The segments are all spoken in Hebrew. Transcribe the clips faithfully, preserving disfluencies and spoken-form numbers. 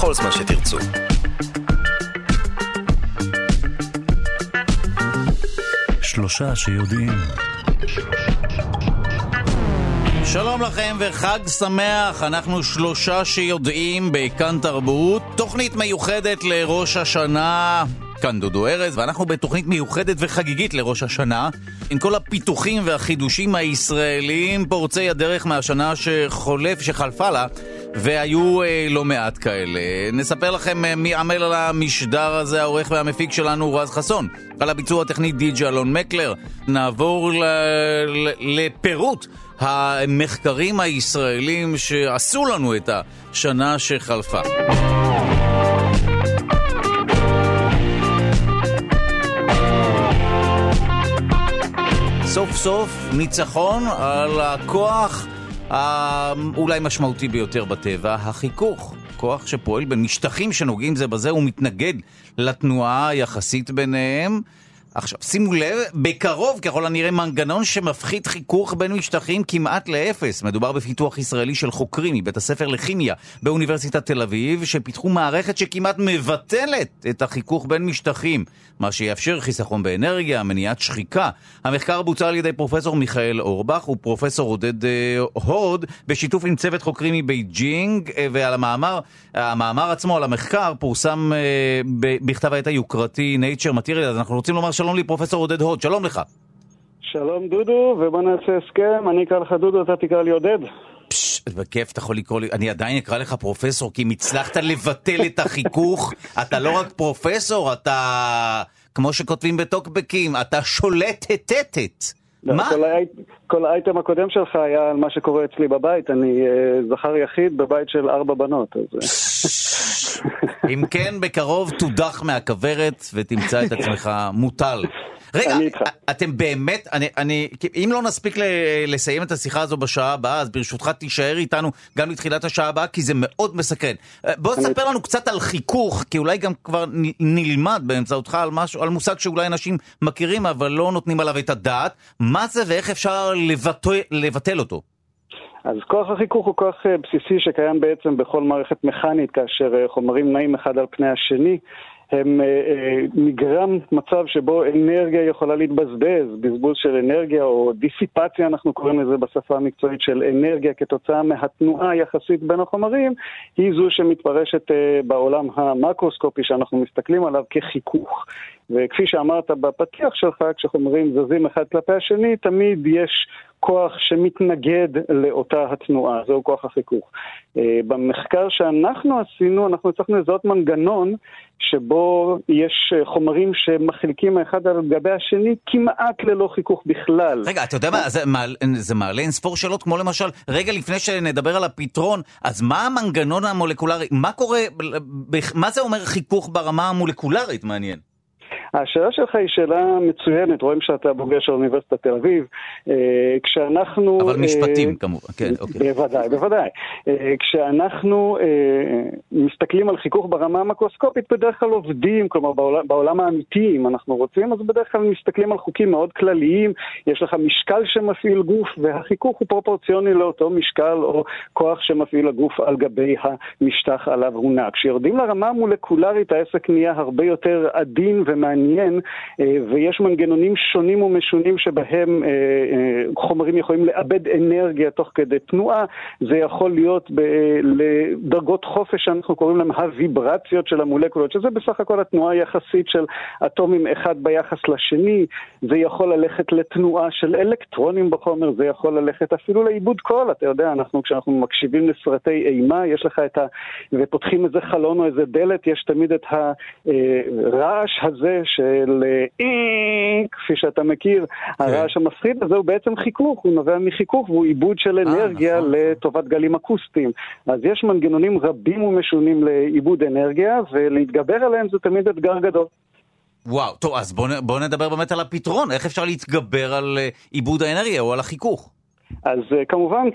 בכל זמן שתרצו. שלושה שיודעים. שלום לכם וחג שמח, אנחנו שלושה שיודעים בכאן תרבות, תוכנית מיוחדת לראש השנה, כאן דודו ארז, ואנחנו בתוכנית מיוחדת וחגיגית לראש השנה, עם כל הפיתוחים והחידושים הישראלים פורצי הדרך מהשנה שחולף, שחלפה לה, והיו אה, לא מעט כאלה. נספר לכם אה, מי עמל על המשדר הזה, העורך והמפיק שלנו רז חסון, על הביצוע הטכני די.ג'י אלון מקלר. נעבור ל- ל- לפירוט המחקרים הישראלים שעשו לנו את השנה שחלפה. סוף סוף ניצחון על הכוח האולי משמעותי ביותר בטבע, החיכוך. כוח שפועל בין משטחים שנוגעים זה בזה ומתנגד לתנועה היחסית ביניהם. עכשיו, שימו לב, בקרוב ככל הנראה מנגנון שמפחית חיכוך בין משטחים כמעט לאפס. מדובר בפיתוח ישראלי של חוקרים מבית הספר לכימיה באוניברסיטת תל אביב, שפיתחו מערכת שכמעט מבטלת את החיכוך בין משטחים, מה שיאפשר חיסכון באנרגיה, מניעת שחיקה. המחקר בוצע על ידי פרופסור מיכאל אורבך ופרופסור עודד אה, הוד, בשיתוף עם צוות חוקרים מבייג'ינג, אה, ועל המאמר, המאמר עצמו, על המחקר, פורסם אה, בכתב העת היוקרתי Nature Materials. אז אנחנו רוצים לומר שלום לי פרופסור עודד הוד, שלום לך. שלום דודו, ובוא נעשה הסכם, אני אקרא לך דודו, אתה תקרא לי עודד. פשש, בכיף, אתה יכול לקרוא לי, אני עדיין אקרא לך פרופסור, כי אם הצלחת לבטל את החיכוך, אתה לא רק פרופסור, אתה, כמו שכותבים בטוקבקים, אתה שולט היטטת. מה? כל, האי... כל האייטם הקודם שלך היה על מה שקורה אצלי בבית, אני uh, זכר יחיד בבית של ארבע בנות. אז... אם כן, בקרוב תודח מהכברת ותמצא את עצמך מוטל. רגע, אתם באמת, אני, אני, אם לא נספיק לסיים את השיחה הזו בשעה הבאה, אז ברשותך תישאר איתנו גם לתחילת השעה הבאה, כי זה מאוד מסקרן. בוא תספר לנו קצת על חיכוך, כי אולי גם כבר נלמד באמצעותך על משהו, על מושג שאולי אנשים מכירים, אבל לא נותנים עליו את הדעת. מה זה ואיך אפשר לבטל, לבטל אותו? אז כוח החיכוך הוא כוח בסיסי שקיים בעצם בכל מערכת מכנית, כאשר חומרים נעים אחד על פני השני. הם נגרם מצב שבו אנרגיה יכולה להתבזבז, בזבוז של אנרגיה או דיסיפציה, אנחנו קוראים לזה בשפה המקצועית, של אנרגיה כתוצאה מהתנועה היחסית בין החומרים, היא זו שמתפרשת בעולם המקרוסקופי שאנחנו מסתכלים עליו כחיכוך. וכפי שאמרת בפתיח שלך, כשחומרים זזים אחד כלפי השני, תמיד יש כוח שמתנגד לאותה התנועה, זהו כוח החיכוך. במחקר שאנחנו עשינו, אנחנו הצלחנו לזהות מנגנון שבו יש חומרים שמחליקים האחד על גבי השני כמעט ללא חיכוך בכלל. רגע, אתה יודע מה, זה, זה מעלה אין ספור שאלות, כמו למשל, רגע לפני שנדבר על הפתרון, אז מה המנגנון המולקולרי, מה קורה, מה זה אומר חיכוך ברמה המולקולרית, מעניין? השאלה שלך היא שאלה מצוינת, רואים שאתה בוגר של אוניברסיטת תל אביב, כשאנחנו... אבל משפטים כמובן, כן, אוקיי. בוודאי, בוודאי. כשאנחנו מסתכלים על חיכוך ברמה המקרוסקופית, בדרך כלל עובדים, כלומר בעולם האמיתי, אם אנחנו רוצים, אז בדרך כלל מסתכלים על חוקים מאוד כלליים, יש לך משקל שמפעיל גוף, והחיכוך הוא פרופורציוני לאותו משקל או כוח שמפעיל הגוף על גבי המשטח עליו הוא נע. כשיורדים לרמה המולקולרית, העסק נהיה הרבה יותר עדין ומעניין, ויש מנגנונים שונים ומשונים שבהם חומרים יכולים לאבד אנרגיה תוך כדי תנועה. זה יכול להיות ב- לדרגות חופש שאנחנו קוראים להם הוויברציות של המולקולות, שזה בסך הכל התנועה היחסית של אטומים אחד ביחס לשני. זה יכול ללכת לתנועה של אלקטרונים בחומר, זה יכול ללכת אפילו לאיבוד קול. אתה יודע, אנחנו כשאנחנו מקשיבים לסרטי אימה, יש לך את ה... ופותחים איזה חלון או איזה דלת, יש תמיד את הרעש הזה של אי, כפי שאתה מכיר, הרעש המפחיד הזה הוא בעצם חיכוך, הוא נובע מחיכוך והוא עיבוד של אנרגיה לטובת גלים אקוסטיים. אז יש מנגנונים רבים ומשונים לעיבוד אנרגיה, ולהתגבר עליהם זה תמיד אתגר גדול. וואו, טוב, אז בוא, בוא נדבר באמת על הפתרון, איך אפשר להתגבר על עיבוד האנרגיה או על החיכוך? אז כמובן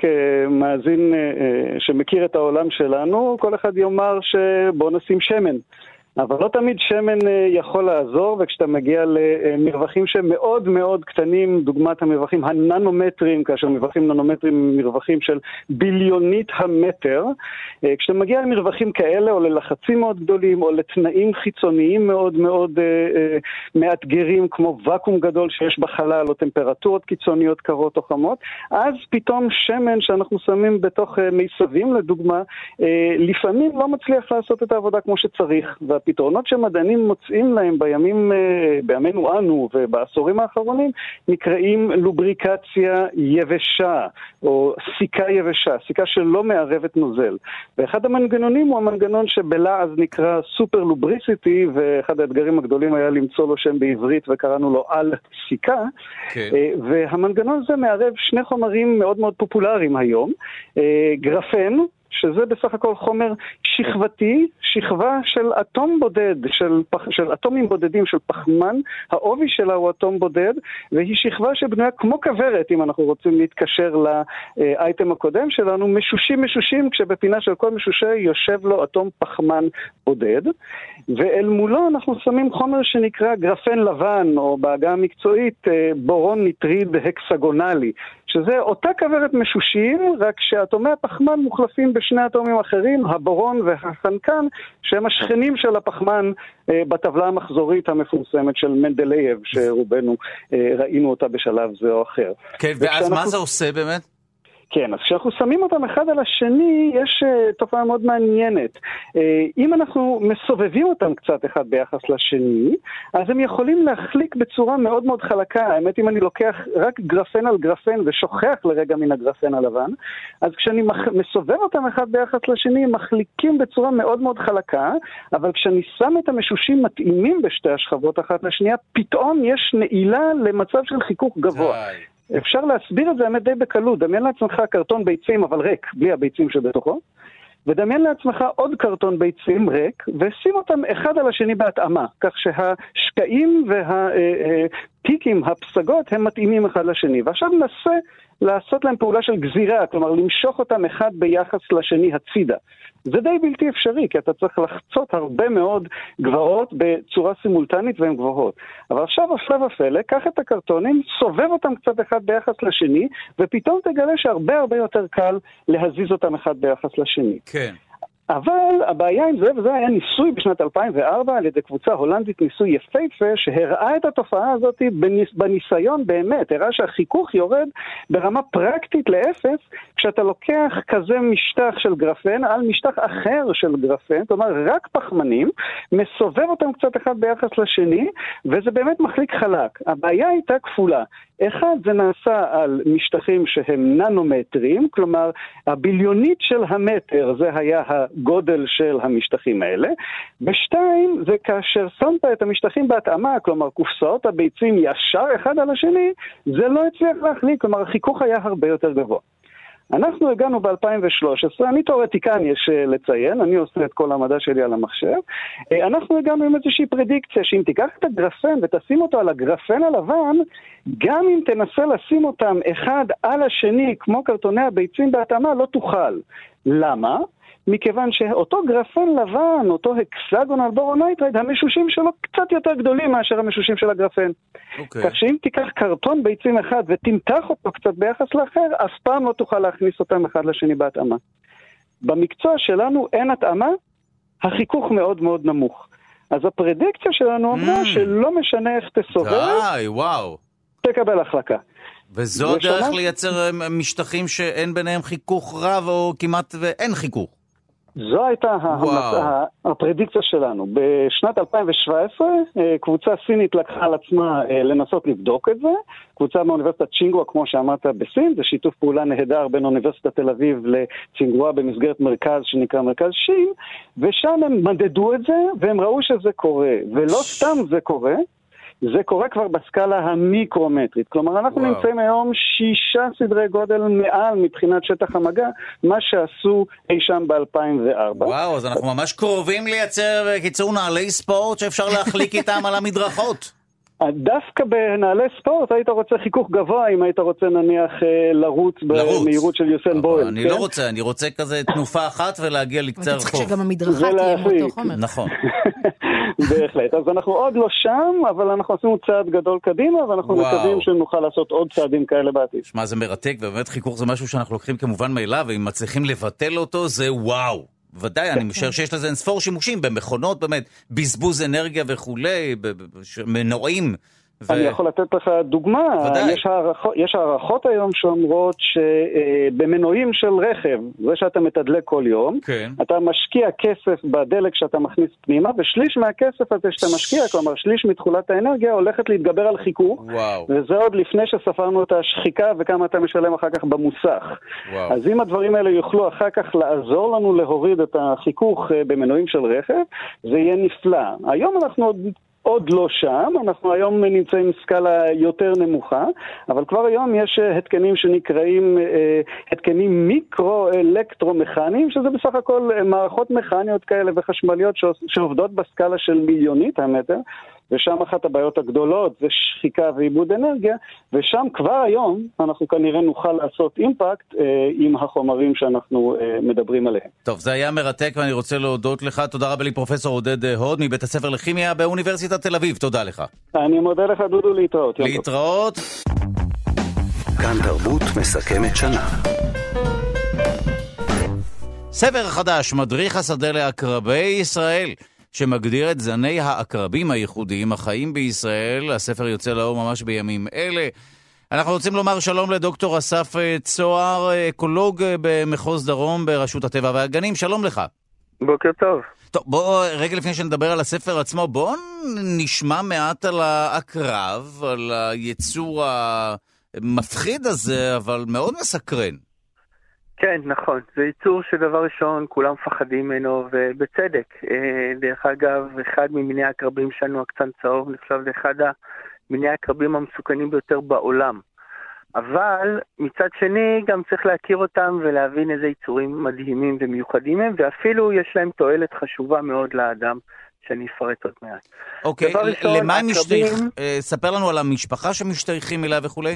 כמאזין שמכיר את העולם שלנו, כל אחד יאמר שבוא נשים שמן. אבל לא תמיד שמן יכול לעזור, וכשאתה מגיע למרווחים שהם מאוד מאוד קטנים, דוגמת המרווחים הננומטרים, כאשר מרווחים ננומטרים הם מרווחים של ביליונית המטר, כשאתה מגיע למרווחים כאלה, או ללחצים מאוד גדולים, או לתנאים חיצוניים מאוד מאוד מאתגרים, כמו וקום גדול שיש בחלל, או טמפרטורות קיצוניות קרות או חמות, אז פתאום שמן שאנחנו שמים בתוך מיסבים, לדוגמה, לפעמים לא מצליח לעשות את העבודה כמו שצריך, והפתרונות שמדענים מוצאים להם בימים, בימינו אנו ובעשורים האחרונים, נקראים לובריקציה יבשה, או סיכה יבשה, סיכה שלא מערבת נוזל. ואחד המנגנונים הוא המנגנון שבלעז נקרא סופר לובריסיטי, ואחד האתגרים הגדולים היה למצוא לו שם בעברית, וקראנו לו על סיכה. Okay. והמנגנון הזה מערב שני חומרים מאוד מאוד פופולריים היום, גרפן, שזה בסך הכל חומר שכבתי, שכבה של אטום בודד, של, פח, של אטומים בודדים של פחמן, העובי שלה הוא אטום בודד, והיא שכבה שבנויה כמו כברת, אם אנחנו רוצים להתקשר לאייטם הקודם שלנו, משושים משושים, כשבפינה של כל משושה יושב לו אטום פחמן בודד, ואל מולו אנחנו שמים חומר שנקרא גרפן לבן, או בעגה המקצועית בורון ניטריד הקסגונלי, שזה אותה כברת משושים, רק שאטומי הפחמן מוחלפים בשני אטומים אחרים, הבורון והחנקן, שהם השכנים של הפחמן בטבלה המחזורית המפורסמת של מנדלייב, שרובנו ראינו אותה בשלב זה או אחר. כן, ואז מה זה עושה באמת? כן, אז כשאנחנו שמים אותם אחד על השני, יש uh, תופעה מאוד מעניינת. Uh, אם אנחנו מסובבים אותם קצת אחד ביחס לשני, אז הם יכולים להחליק בצורה מאוד מאוד חלקה. האמת, אם אני לוקח רק גרפן על גרפן ושוכח לרגע מן הגרפן הלבן, אז כשאני מח... מסובב אותם אחד ביחס לשני, הם מחליקים בצורה מאוד מאוד חלקה, אבל כשאני שם את המשושים מתאימים בשתי השכבות אחת לשנייה, פתאום יש נעילה למצב של חיכוך גבוה. אפשר להסביר את זה האמת די בקלות. דמיין לעצמך קרטון ביצים אבל ריק, בלי הביצים שבתוכו, ודמיין לעצמך עוד קרטון ביצים ריק, ושים אותם אחד על השני בהתאמה, כך שהשקעים והטיקים, הפסגות, הם מתאימים אחד לשני. ועכשיו ננסה לעשות להם פעולה של גזירה, כלומר למשוך אותם אחד ביחס לשני הצידה. זה די בלתי אפשרי, כי אתה צריך לחצות הרבה מאוד גבוהות בצורה סימולטנית והן גבוהות. אבל עכשיו השלב הפלא, קח את הקרטונים, סובב אותם קצת אחד ביחס לשני, ופתאום תגלה שהרבה הרבה יותר קל להזיז אותם אחד ביחס לשני. כן. אבל הבעיה עם זה, וזה היה ניסוי בשנת אלפיים וארבע על ידי קבוצה הולנדית, ניסוי יפהפה, שהראה את התופעה הזאת בניס, בניסיון באמת, הראה שהחיכוך יורד ברמה פרקטית לאפס, כשאתה לוקח כזה משטח של גרפן על משטח אחר של גרפן, כלומר רק פחמנים, מסובב אותם קצת אחד ביחס לשני, וזה באמת מחליק חלק. הבעיה הייתה כפולה. אחד, זה נעשה על משטחים שהם ננומטרים, כלומר, הביליונית של המטר, זה היה הגודל של המשטחים האלה. ושתיים, זה כאשר שמת את המשטחים בהתאמה, כלומר, קופסאות הביצים ישר אחד על השני, זה לא הצליח להחליק, כלומר, החיכוך היה הרבה יותר גבוה. אנחנו הגענו ב-אלפיים ושלוש עשרה, אני תיאורטיקן יש לציין, אני עושה את כל המדע שלי על המחשב, אנחנו הגענו עם איזושהי פרדיקציה, שאם תיקח את הגרפן ותשים אותו על הגרפן הלבן, גם אם תנסה לשים אותם אחד על השני, כמו קרטוני הביצים בהתאמה, לא תוכל. למה? מכיוון שאותו גרפן לבן, אותו הקסגונל בורונייטרייד, המשושים שלו קצת יותר גדולים מאשר המשושים של הגרפן. Okay. כך שאם תיקח קרטון ביצים אחד ותמתח אותו קצת ביחס לאחר, אף פעם לא תוכל להכניס אותם אחד לשני בהתאמה. במקצוע שלנו אין התאמה, החיכוך מאוד מאוד נמוך. אז הפרדיקציה שלנו אמרה mm. שלא משנה איך תסובב, די, וואו. תקבל החלקה. וזו דרך לייצר משטחים שאין ביניהם חיכוך רב או כמעט ואין חיכוך. זו הייתה הפרדיקציה שלנו. בשנת אלפיים שבע עשרה קבוצה סינית לקחה על עצמה לנסות לבדוק את זה. קבוצה מאוניברסיטת צ'ינגווה, כמו שאמרת, בסין. זה שיתוף פעולה נהדר בין אוניברסיטת תל אביב לצ'ינגווה במסגרת מרכז שנקרא מרכז שין. ושם הם מדדו את זה והם ראו שזה קורה. ולא סתם זה קורה. זה קורה כבר בסקאלה המיקרומטרית. כלומר, אנחנו וואו. נמצאים היום שישה סדרי גודל מעל מבחינת שטח המגע, מה שעשו אי שם ב-אלפיים וארבע. וואו, אז אנחנו ממש קרובים לייצר קיצור נעלי ספורט שאפשר להחליק איתם על המדרכות. דווקא בנעלי ספורט היית רוצה חיכוך גבוה, אם היית רוצה נניח לרוץ במהירות של יוסיין בולט. אני לא רוצה, אני רוצה כזה תנופה אחת ולהגיע לקצה הרחוב. אתה צריך שגם המדרכה תהיה מאותו חומר. נכון. בהחלט. אז אנחנו עוד לא שם, אבל אנחנו עשינו צעד גדול קדימה, ואנחנו מקווים שנוכל לעשות עוד צעדים כאלה בעתיד. שמה, זה מרתק, ובאמת חיכוך זה משהו שאנחנו לוקחים כמובן מאליו, ואם מצליחים לבטל אותו, זה וואו. ודאי, אני משער שיש לזה אינספור שימושים במכונות, באמת, בזבוז אנרגיה וכולי, מנועים. אני יכול לתת לך דוגמה, יש הערכות, יש הערכות היום שאומרות שבמנועים של רכב, זה שאתה מתדלק כל יום, אתה משקיע כסף בדלק שאתה מכניס פנימה, ושליש מהכסף הזה שאתה משקיע, כלומר שליש מתחולת האנרגיה, הולכת להתגבר על חיכוך, וזה עוד לפני שספרנו את השחיקה וכמה אתה משלם אחר כך במוסך. אז אם הדברים האלה יוכלו אחר כך לעזור לנו להוריד את החיכוך במנועים של רכב, זה יהיה נפלא. היום אנחנו עוד עוד לא שם, אנחנו היום נמצאים סקאלה יותר נמוכה, אבל כבר היום יש התקנים שנקראים התקנים מיקרו-אלקטרומכניים, שזה בסך הכל מערכות מכניות כאלה וחשמליות שעובדות בסקאלה של מיליונית המטר, ושם אחת הבעיות הגדולות זה שחיקה ועיבוד אנרגיה, ושם כבר היום אנחנו כנראה נוכל לעשות אימפקט אה, עם החומרים שאנחנו אה, מדברים עליהם. טוב, זה היה מרתק ואני רוצה להודות לך. תודה רבה לי פרופסור עודד הוד מבית הספר לכימיה באוניברסיטת תל אביב. תודה לך. אני מודה לך דודו, להתראות. להתראות. כאן תרבות מסכמת שנה. ספר חדש, מדריך השדה לעקרבי ישראל, שמגדיר את זני העקרבים הייחודיים החיים בישראל. הספר יוצא לאור ממש בימים אלה. אנחנו רוצים לומר שלום לדוקטור אסף צוהר, אקולוג במחוז דרום ברשות הטבע והגנים. שלום לך. בוקר טוב. טוב, בוא, רגע לפני שנדבר על הספר עצמו, בוא נשמע מעט על העקרב, על היצור המפחיד הזה, אבל מאוד מסקרן. כן, נכון. זה ייצור שדבר ראשון, כולם מפחדים ממנו, ובצדק. דרך אגב, אחד ממיני העקרבים שלנו, הקצן צהוב, נחשב לאחד המיני העקרבים המסוכנים ביותר בעולם. אבל מצד שני, גם צריך להכיר אותם ולהבין איזה ייצורים מדהימים ומיוחדים הם, ואפילו יש להם תועלת חשובה מאוד לאדם, שאני אפרט עוד מעט. אוקיי, למה הם משתייכים? ספר לנו על המשפחה שמשתייכים אליה וכולי.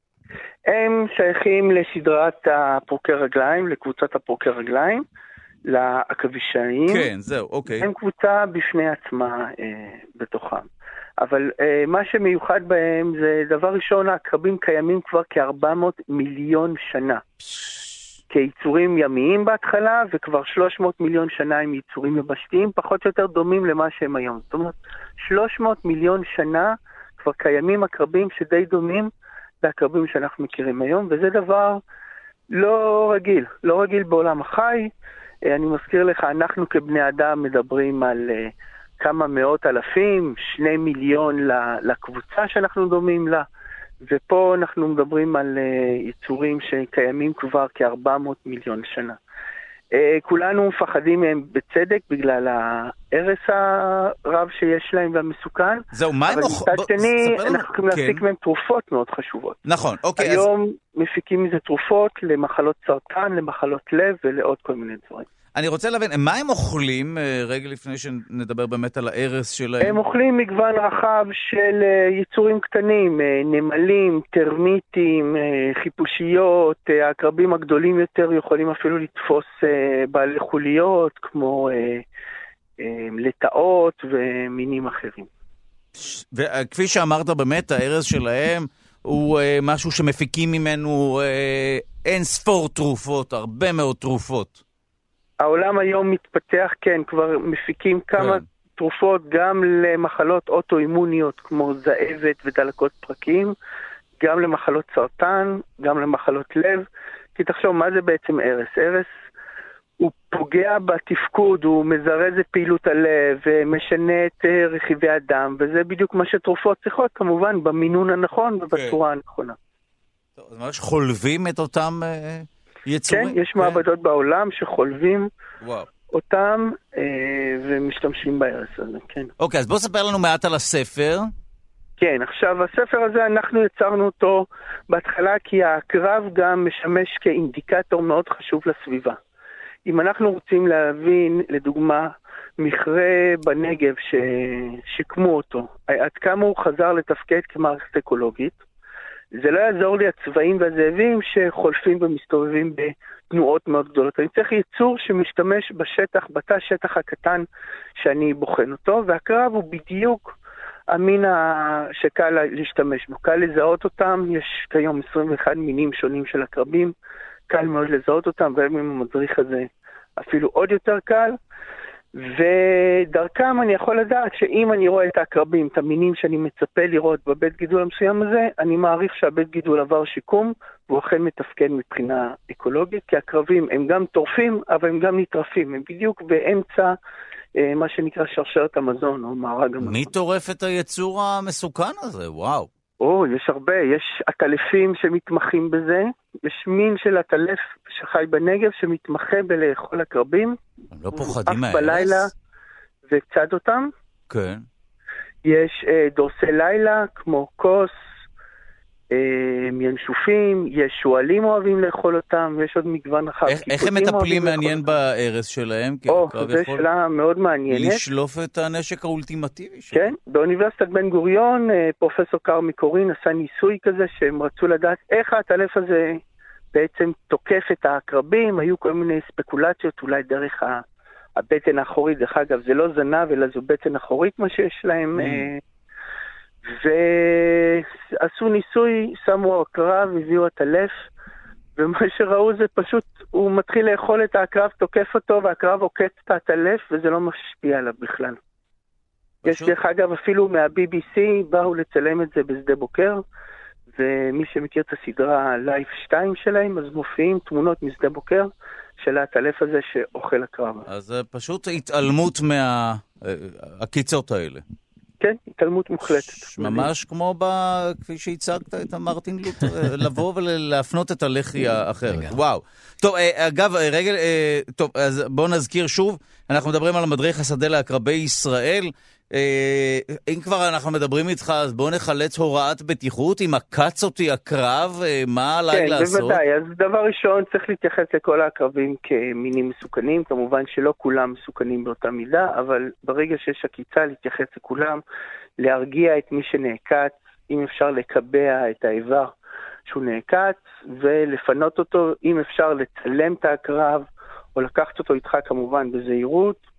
הם שייכים לסדרת הפורקי רגליים, לקבוצת הפורקי רגליים, לעכבישאים. כן, זהו, אוקיי. הם קבוצה בפני עצמה אה, בתוכם. אבל אה, מה שמיוחד בהם זה דבר ראשון, העקרבים קיימים כבר כ-ארבע מאות מיליון שנה. כיצורים ימיים בהתחלה, וכבר שלוש מאות מיליון שנה הם יצורים יבשתיים, פחות או יותר דומים למה שהם היום. זאת אומרת, שלוש מאות מיליון שנה כבר קיימים עקרבים שדי דומים, לעקרבים שאנחנו מכירים היום, וזה דבר לא רגיל, לא רגיל בעולם החי. אני מזכיר לך, אנחנו כבני אדם מדברים על uh, כמה מאות אלפים, שני מיליון לקבוצה שאנחנו דומים לה, ופה אנחנו מדברים על uh, יצורים שקיימים כבר כ-ארבע מאות מיליון שנה. Uh, כולנו מפחדים מהם בצדק בגלל הערס הרב שיש להם והמסוכן. זהו, מה הם אבל מצד שני, אנחנו יכולים להפיק מהם תרופות מאוד חשובות. נכון, אוקיי. היום מפיקים מזה תרופות למחלות סרטן, למחלות לב ולעוד כל מיני דברים. אני רוצה להבין, מה הם אוכלים, רגע לפני שנדבר באמת על הערס שלהם? הם אוכלים מגוון רחב של יצורים קטנים, נמלים, טרמיטים, חיפושיות. העקרבים הגדולים יותר יכולים אפילו לתפוס בעלי חוליות, כמו לטאות ומינים אחרים. וכפי שאמרת באמת, הערס שלהם הוא משהו שמפיקים ממנו אין ספור תרופות, הרבה מאוד תרופות. העולם היום מתפתח, כן, כבר מפיקים כמה כן. תרופות גם למחלות אוטואימוניות כמו זאבת ודלקות פרקים, גם למחלות סרטן, גם למחלות לב. כי תחשוב, מה זה בעצם ערס? ערס הוא פוגע בתפקוד, הוא מזרז את פעילות הלב, משנה את רכיבי הדם, וזה בדיוק מה שתרופות צריכות, כמובן, במינון הנכון ובצורה כן. הנכונה. טוב, אז ממש חולבים את אותם... יצורים? כן, יש כן. מעבדות בעולם שחולבים וואו. אותם אה, ומשתמשים בערס הזה, כן. אוקיי, אז בוא ספר לנו מעט על הספר. כן, עכשיו הספר הזה אנחנו יצרנו אותו בהתחלה כי העקרב גם משמש כאינדיקטור מאוד חשוב לסביבה. אם אנחנו רוצים להבין, לדוגמה, מכרה בנגב ששיקמו אותו, עד כמה הוא חזר לתפקד כמערכת אקולוגית. זה לא יעזור לי הצבעים והזאבים שחולפים ומסתובבים בתנועות מאוד גדולות. אני צריך ייצור שמשתמש בשטח, בתא שטח הקטן שאני בוחן אותו, והקרב הוא בדיוק המין שקל להשתמש בו. קל לזהות אותם, יש כיום עשרים ואחד מינים שונים של הקרבים, קל מאוד לזהות אותם, ועם המדריך הזה אפילו עוד יותר קל. ודרכם אני יכול לדעת שאם אני רואה את הקרבים, את המינים שאני מצפה לראות בבית גידול המסוים הזה, אני מעריך שהבית גידול עבר שיקום, והוא אכן מתפקד מבחינה אקולוגית, כי הקרבים הם גם טורפים, אבל הם גם נטרפים, הם בדיוק באמצע אה, מה שנקרא שרשרת המזון, או מארג המזון. מי טורף את היצור המסוכן הזה? וואו. או, יש הרבה, יש עטלפים שמתמחים בזה, יש מין של עטלף שחי בנגב שמתמחה בלאכול הקרבים. הם לא פוחדים מהארץ? בלילה וצד אותם. כן. יש אה, דורסי לילה כמו כוס, אה, ינשופים, יש שואלים אוהבים לאכול אותם, יש עוד מגוון רחב. איך, איך הם מטפלים מעניין בארץ שלהם? או, זו שאלה מאוד מעניינת. לשלוף את הנשק האולטימטיבי שלו. כן, באוניברסיטת בן גוריון, פרופסור קרמי קורין עשה ניסוי כזה, שהם רצו לדעת איך העטלף הזה בעצם תוקף את הקרבים, היו כל מיני ספקולציות, אולי דרך הבטן האחורית, דרך אגב, זה לא זנב, אלא זו בטן אחורית מה שיש להם, ועשו ניסוי, שמו הקרב, הביאו עטלף, ומה שראו זה פשוט, הוא מתחיל לאכול את הקרב, תוקף אותו, והקרב עוקץ את העטלף, וזה לא משפיע עליו בכלל. פשוט. יש דרך אגב אפילו מה-בי בי סי, באו לצלם את זה בשדה בוקר, ומי שמכיר את הסדרה לייף שתיים שלהם, אז מופיעים תמונות משדה בוקר, של העטלף הזה שאוכל הקרב. אז פשוט התעלמות מהעקיצות האלה. כן, התעלמות מוחלטת. ממש כמו ב... כפי שהצגת את המרטין לותר, לבוא ולהפנות את הלחי האחרת. וואו. טוב, אגב, רגל, טוב, אז בואו נזכיר שוב, אנחנו מדברים על מדריך השדה לעקרבי ישראל. אם כבר אנחנו מדברים איתך, אז בואו נחלץ הוראת בטיחות, אם עקץ אותי הקרב, מה עליי כן, לעשות? כן, בוודאי. אז דבר ראשון, צריך להתייחס לכל העקרבים כמינים מסוכנים, כמובן שלא כולם מסוכנים באותה מידה, אבל ברגע שיש עקיצה, להתייחס לכולם, להרגיע את מי שנעקץ, אם אפשר לקבע את האיבר שהוא נעקץ, ולפנות אותו, אם אפשר לצלם את הקרב, או לקחת אותו איתך כמובן בזהירות,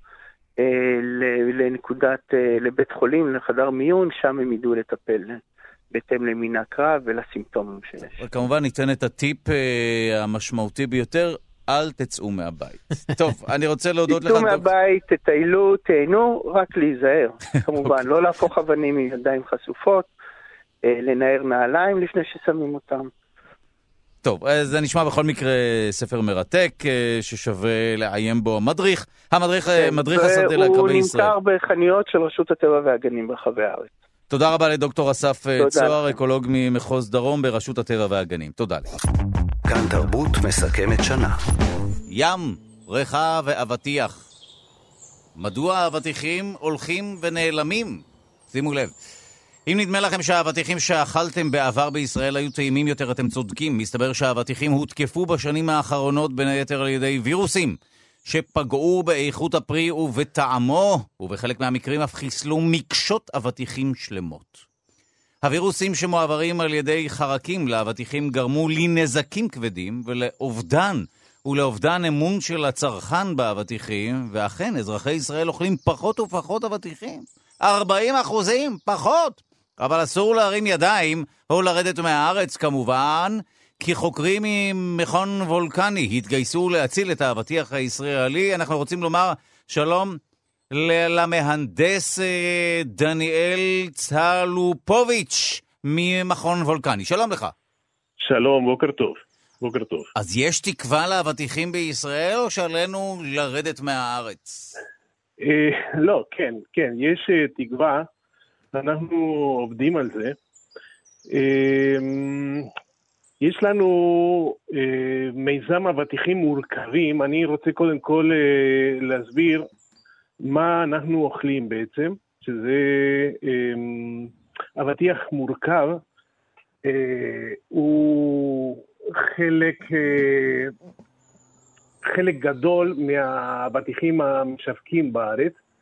לנקודת, לבית חולים, לחדר מיון, שם הם ידעו לטפל בהתאם למין הקרב ולסימפטומים שיש. וכמובן ניתן את הטיפ המשמעותי ביותר, אל תצאו מהבית. טוב, אני רוצה להודות לך. תצאו מהבית, תטיילו, תהנו, רק להיזהר. כמובן, לא להפוך אבנים עם ידיים חשופות, לנער נעליים לפני ששמים אותם. טוב, זה נשמע בכל מקרה ספר מרתק, ששווה לעיין בו המדריך. המדריך, מדריך השדה לעקרבי ישראל. הוא נמכר בחנויות של רשות הטבע והגנים ברחבי הארץ. תודה רבה לדוקטור אסף צוהר, אקולוג ממחוז דרום ברשות הטבע והגנים. תודה לך. כאן תרבות מסכמת שנה. ים, ריחה ואבטיח. מדוע האבטיחים הולכים ונעלמים? שימו לב. אם נדמה לכם שהאבטיחים שאכלתם בעבר בישראל היו טעימים יותר, אתם צודקים. מסתבר שהאבטיחים הותקפו בשנים האחרונות בין היתר על ידי וירוסים שפגעו באיכות הפרי ובטעמו, ובחלק מהמקרים אף חיסלו מקשות אבטיחים שלמות. הווירוסים שמועברים על ידי חרקים לאבטיחים גרמו לי נזקים כבדים ולאובדן ולאובדן אמון של הצרכן באבטיחים, ואכן אזרחי ישראל אוכלים פחות ופחות אבטיחים. ארבעים אחוזים פחות. אבל אסור להרים ידיים או לרדת מהארץ כמובן, כי חוקרים ממכון וולקני התגייסו להציל את האבטיח הישראלי. אנחנו רוצים לומר שלום למהנדס דניאל צלופוביץ' ממכון וולקני. שלום לך. שלום, בוקר טוב. בוקר טוב. אז יש תקווה לאבטיחים בישראל או שעלינו לרדת מהארץ? אה, לא, כן, כן, יש uh, תקווה. אנחנו עובדים על זה. אה, יש לנו אה, מיזם אבטיחים מורכבים. אני רוצה קודם כל אה, להסביר מה אנחנו אוכלים בעצם, שזה אה, אבטיח מורכב. אה, הוא חלק, אה, חלק גדול מהאבטיחים המשווקים בארץ.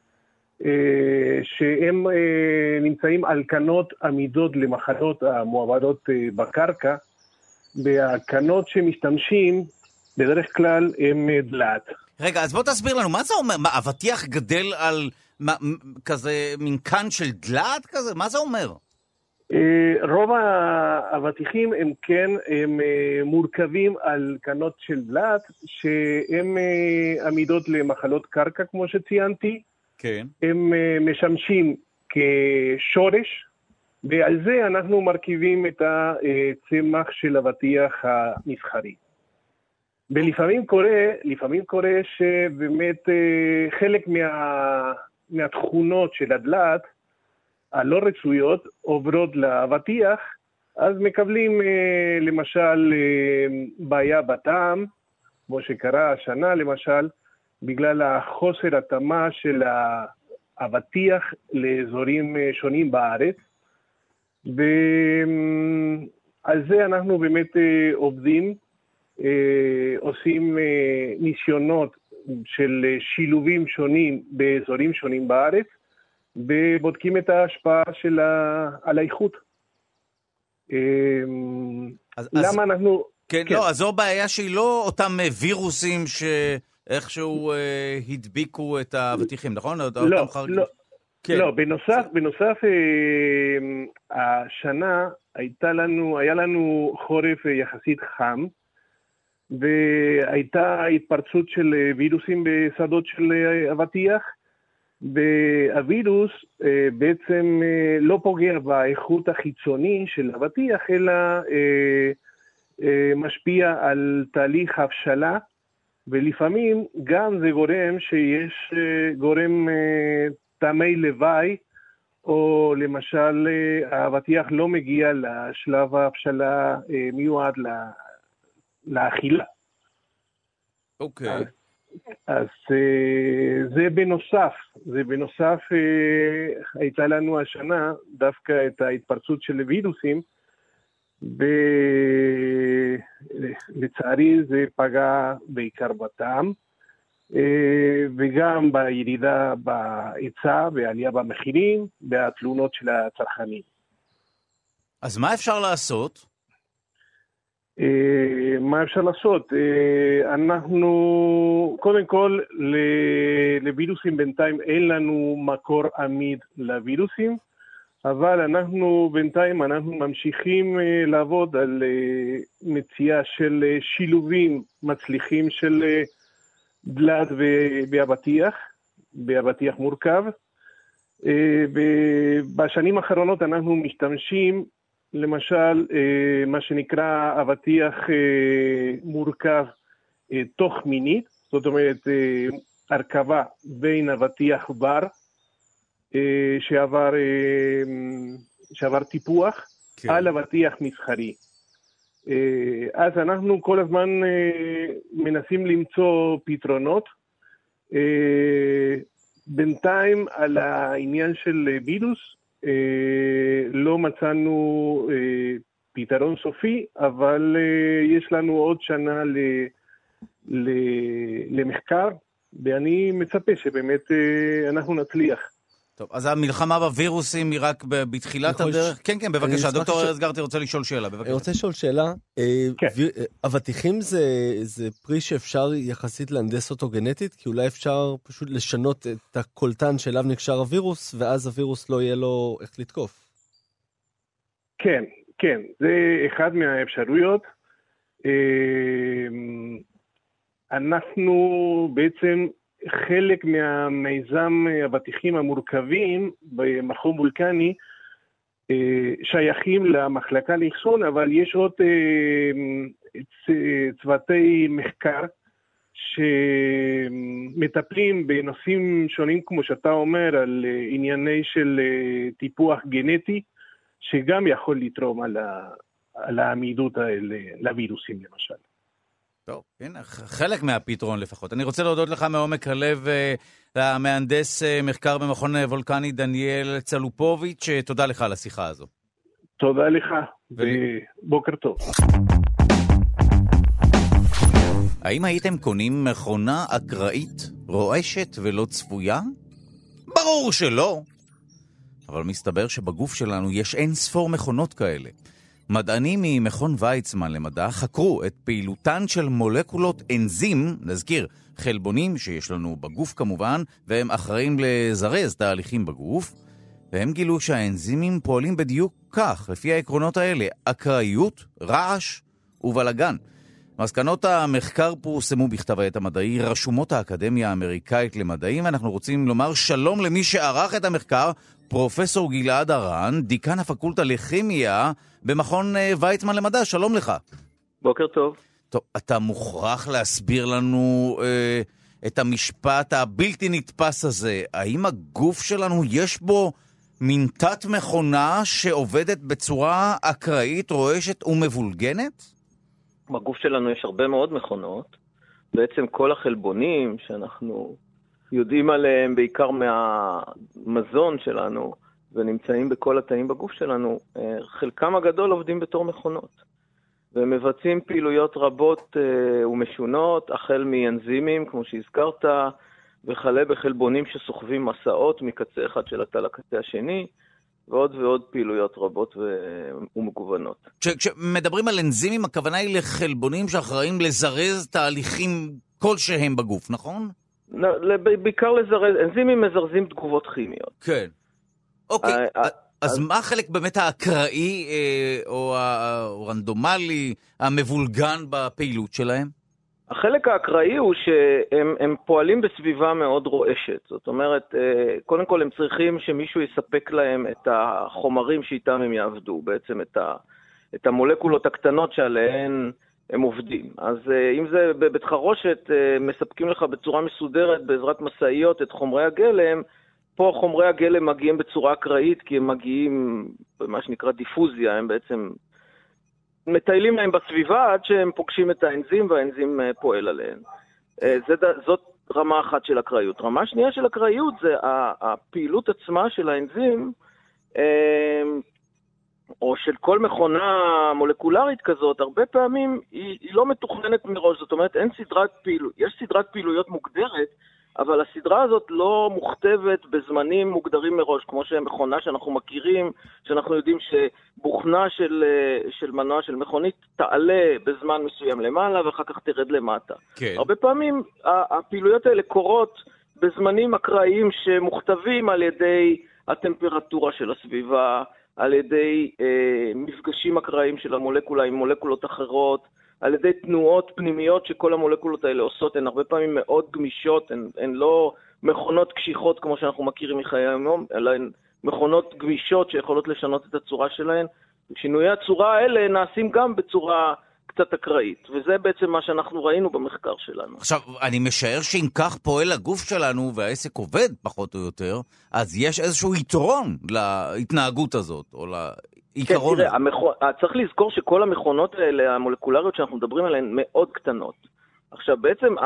שהם נמצאים על קנות עמידות למחלות המועברות בקרקע, והקנות שמשתמשים בדרך כלל הם דלעת. רגע, אז בוא תסביר לנו, מה זה אומר? מה, אבטיח גדל על מה, כזה מין קן של דלעת כזה? מה זה אומר? רוב האבטיחים הם כן, הם מורכבים על קנות של דלעת, שהם עמידות למחלות קרקע, כמו שציינתי. כן. הם משמשים כשורש, ועל זה אנחנו מרכיבים את הצמח של אבטיח המסחרי. ולפעמים קורה, לפעמים קורה שבאמת חלק מה, מהתכונות של הדלעת הלא רצויות עוברות לאבטיח, אז מקבלים למשל בעיה בטעם, כמו שקרה השנה למשל, בגלל החוסר התאמה של האבטיח לאזורים שונים בארץ, ועל זה אנחנו באמת עובדים, עושים ניסיונות של שילובים שונים באזורים שונים בארץ, ובודקים את ההשפעה של ה... על האיכות. אז, למה אז... אנחנו... כן, כן, לא, אז זו בעיה שהיא לא אותם וירוסים שאיכשהו אה, הדביקו את האבטיחים, נכון? לא, חר... לא, כן. לא, בנוסף, בנוסף אה, השנה הייתה לנו, היה לנו חורף יחסית חם, והייתה התפרצות של וירוסים בשדות של אבטיח, והווירוס אה, בעצם אה, לא פוגע באיכות החיצוני של אבטיח, אלא אה, אה, משפיע על תהליך הבשלה, ולפעמים גם זה גורם שיש אה, גורם אה, טעמי לוואי, או למשל אה, האבטיח לא מגיע לשלב ההבשלה אה, מיועד לה, לאכילה. אוקיי. אז, אז זה בנוסף, זה בנוסף הייתה לנו השנה דווקא את ההתפרצות של וירוסים, ולצערי זה פגע בעיקר בטעם, וגם בירידה בהיצע ועלייה במחירים והתלונות של הצרכנים. אז מה אפשר לעשות? Uh, מה אפשר לעשות? Uh, אנחנו, קודם כל, לווירוסים בינתיים אין לנו מקור עמיד לווירוסים, אבל אנחנו בינתיים אנחנו ממשיכים uh, לעבוד על uh, מציאה של uh, שילובים מצליחים של uh, דלעת ואבטיח, באבטיח מורכב. Uh, בשנים האחרונות אנחנו משתמשים למשל, מה שנקרא אבטיח מורכב תוך מינית, זאת אומרת, הרכבה בין אבטיח בר, שעבר, שעבר טיפוח, כן. על אבטיח מסחרי. אז אנחנו כל הזמן מנסים למצוא פתרונות. בינתיים על העניין של וירוס, לא מצאנו פתרון סופי, אבל יש לנו עוד שנה למחקר, ואני מצפה שבאמת אנחנו נצליח. טוב, אז המלחמה בווירוסים היא רק בתחילת הדרך? כן, כן, בבקשה, דוקטור ארז גרטי רוצה לשאול שאלה, בבקשה. אני רוצה לשאול שאלה, אבטיחים זה פרי שאפשר יחסית להנדס אותו גנטית, כי אולי אפשר פשוט לשנות את הקולטן שאליו נקשר הווירוס, ואז הווירוס לא יהיה לו איך לתקוף. כן, כן, זה אחד מהאפשרויות. אנחנו בעצם חלק מהמיזם אבטיחים המורכבים במכון וולקני שייכים למחלקה לאחסון, אבל יש עוד צוותי מחקר שמטפלים בנושאים שונים, כמו שאתה אומר, על ענייני של טיפוח גנטי, שגם יכול לתרום על, ה, על העמידות האלה לווירוסים למשל. טוב, הנה, חלק מהפתרון לפחות. אני רוצה להודות לך מעומק הלב למהנדס מחקר במכון וולקני דניאל צלופוביץ', תודה לך על השיחה הזו. תודה לך, ובוקר טוב. האם הייתם קונים מכונה אקראית, רועשת ולא צפויה? ברור שלא. אבל מסתבר שבגוף שלנו יש אין ספור מכונות כאלה. מדענים ממכון ויצמן למדע חקרו את פעילותן של מולקולות אנזים, נזכיר, חלבונים שיש לנו בגוף כמובן, והם אחראים לזרז תהליכים בגוף, והם גילו שהאנזימים פועלים בדיוק כך, לפי העקרונות האלה, אקראיות, רעש ובלגן. מסקנות המחקר פורסמו בכתב העת המדעי, רשומות האקדמיה האמריקאית למדעים. אנחנו רוצים לומר שלום למי שערך את המחקר, פרופסור גלעד הרן, דיקן הפקולטה לכימיה במכון ויצמן למדע. שלום לך. בוקר טוב. טוב, אתה מוכרח להסביר לנו אה, את המשפט הבלתי נתפס הזה. האם הגוף שלנו יש בו מין תת מכונה שעובדת בצורה אקראית, רועשת ומבולגנת? בגוף שלנו יש הרבה מאוד מכונות. בעצם כל החלבונים שאנחנו יודעים עליהם בעיקר מהמזון שלנו ונמצאים בכל התאים בגוף שלנו, חלקם הגדול עובדים בתור מכונות. והם מבצעים פעילויות רבות ומשונות, החל מאנזימים, כמו שהזכרת, וכלה בחלבונים שסוחבים מסעות מקצה אחד של התא לקצה השני, ועוד ועוד פעילויות רבות ומגוונות. כשמדברים על אנזימים, הכוונה היא לחלבונים שאחראים לזרז תהליכים כלשהם בגוף, נכון? בעיקר לזרז, אנזימים מזרזים תגובות כימיות. כן. אוקיי, אז מה החלק באמת האקראי או הרנדומלי, המבולגן בפעילות שלהם? החלק האקראי הוא שהם הם פועלים בסביבה מאוד רועשת. זאת אומרת, קודם כל הם צריכים שמישהו יספק להם את החומרים שאיתם הם יעבדו, בעצם את, ה, את המולקולות הקטנות שעליהן הם עובדים. אז אם זה בבית חרושת, מספקים לך בצורה מסודרת בעזרת מסעיות את חומרי הגלם, פה חומרי הגלם מגיעים בצורה אקראית, כי הם מגיעים במה שנקרא דיפוזיה, הם בעצם מטיילים להם בסביבה עד שהם פוגשים את האנזים והאנזים פועל עליהם. זאת רמה אחת של אקראיות. רמה שנייה של אקראיות זה הפעילות עצמה של האנזים, או של כל מכונה מולקולרית כזאת, הרבה פעמים היא, היא לא מתוכננת מראש. זאת אומרת, אין סדרת פעילות, יש סדרת פעילויות מוגדרת, אבל הסדרה הזאת לא מוכתבת בזמנים מוגדרים מראש, כמו שמכונה שאנחנו מכירים, שאנחנו יודעים שבוכנה של, של מנוע של מכונית תעלה בזמן מסוים למעלה, ואחר כך תרד למטה. כן. הרבה פעמים הפעילויות האלה קורות בזמנים אקראיים שמוכתבים על ידי הטמפרטורה של הסביבה, על ידי אה, מפגשים אקראיים של המולקולה עם מולקולות אחרות, על ידי תנועות פנימיות שכל המולקולות האלה עושות, הן הרבה פעמים מאוד גמישות, הן, הן לא מכונות קשיחות כמו שאנחנו מכירים מחיי היום, אלא הן מכונות גמישות שיכולות לשנות את הצורה שלהן. שינויי הצורה האלה נעשים גם בצורה קצת אקראית, וזה בעצם מה שאנחנו ראינו במחקר שלנו. עכשיו, אני משער שאם כך פועל הגוף שלנו והעסק עובד פחות או יותר, אז יש איזשהו יתרון להתנהגות הזאת, או לעיקרון. כן, תראה, המכו... צריך לזכור שכל המכונות האלה, המולקולריות שאנחנו מדברים עליהן, מאוד קטנות. עכשיו, בעצם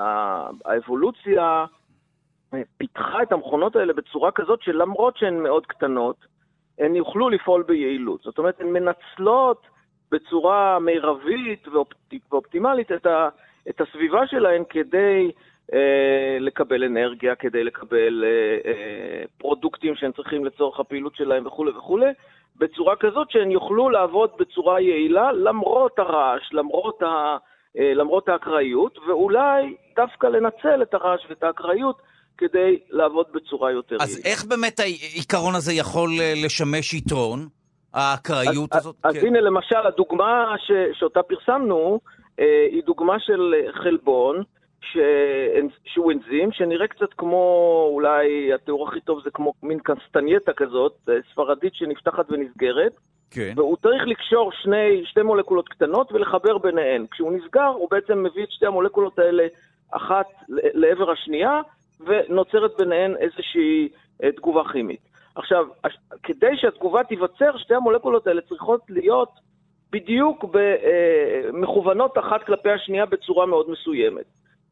האבולוציה פיתחה את המכונות האלה בצורה כזאת, שלמרות שהן מאוד קטנות, הן יוכלו לפעול ביעילות. זאת אומרת, הן מנצלות בצורה מירבית ואופטימלית את, ה, את הסביבה שלהן כדי אה, לקבל אנרגיה, כדי לקבל אה, אה, פרודוקטים שהן צריכים לצורך הפעילות שלהן וכו' וכו', בצורה כזאת שהן יוכלו לעבוד בצורה יעילה למרות הרעש, למרות, ה, אה, למרות האקראיות, ואולי דווקא לנצל את הרעש ואת האקראיות כדי לעבוד בצורה יותר אז יעילה. איך באמת העיקרון הזה יכול לשמש יתרון? האקראיות אז, הזאת? אז כן. הנה למשל, הדוגמה ש, שאותה פרסמנו, אה, היא דוגמה של חלבון, ש, שהוא אנזים, שנראה קצת כמו, אולי התיאור הכי טוב זה כמו מין קסטנייטה כזאת, ספרדית שנפתחת ונסגרת, כן. והוא צריך לקשור שני, שתי מולקולות קטנות ולחבר ביניהן. כשהוא נסגר, הוא בעצם מביא את שתי המולקולות האלה אחת לעבר השנייה, ונוצרת ביניהן איזושהי תגובה כימית. עכשיו, כדי שהתגובה תיווצר, שתי המולקולות האלה צריכות להיות בדיוק מכוונות אחת כלפי השנייה בצורה מאוד מסוימת.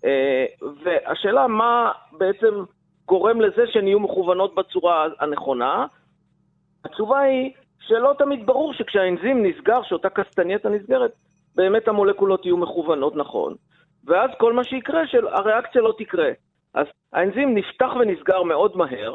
והשאלה מה בעצם גורם לזה שהן יהיו מכוונות בצורה הנכונה, התשובה היא שלא תמיד ברור שכשהאנזים נסגר, שאותה קסטנייטה נסגרת, באמת המולקולות יהיו מכוונות נכון. ואז כל מה שיקרה, שהריאקציה לא תקרה. אז האנזים נפתח ונסגר מאוד מהר,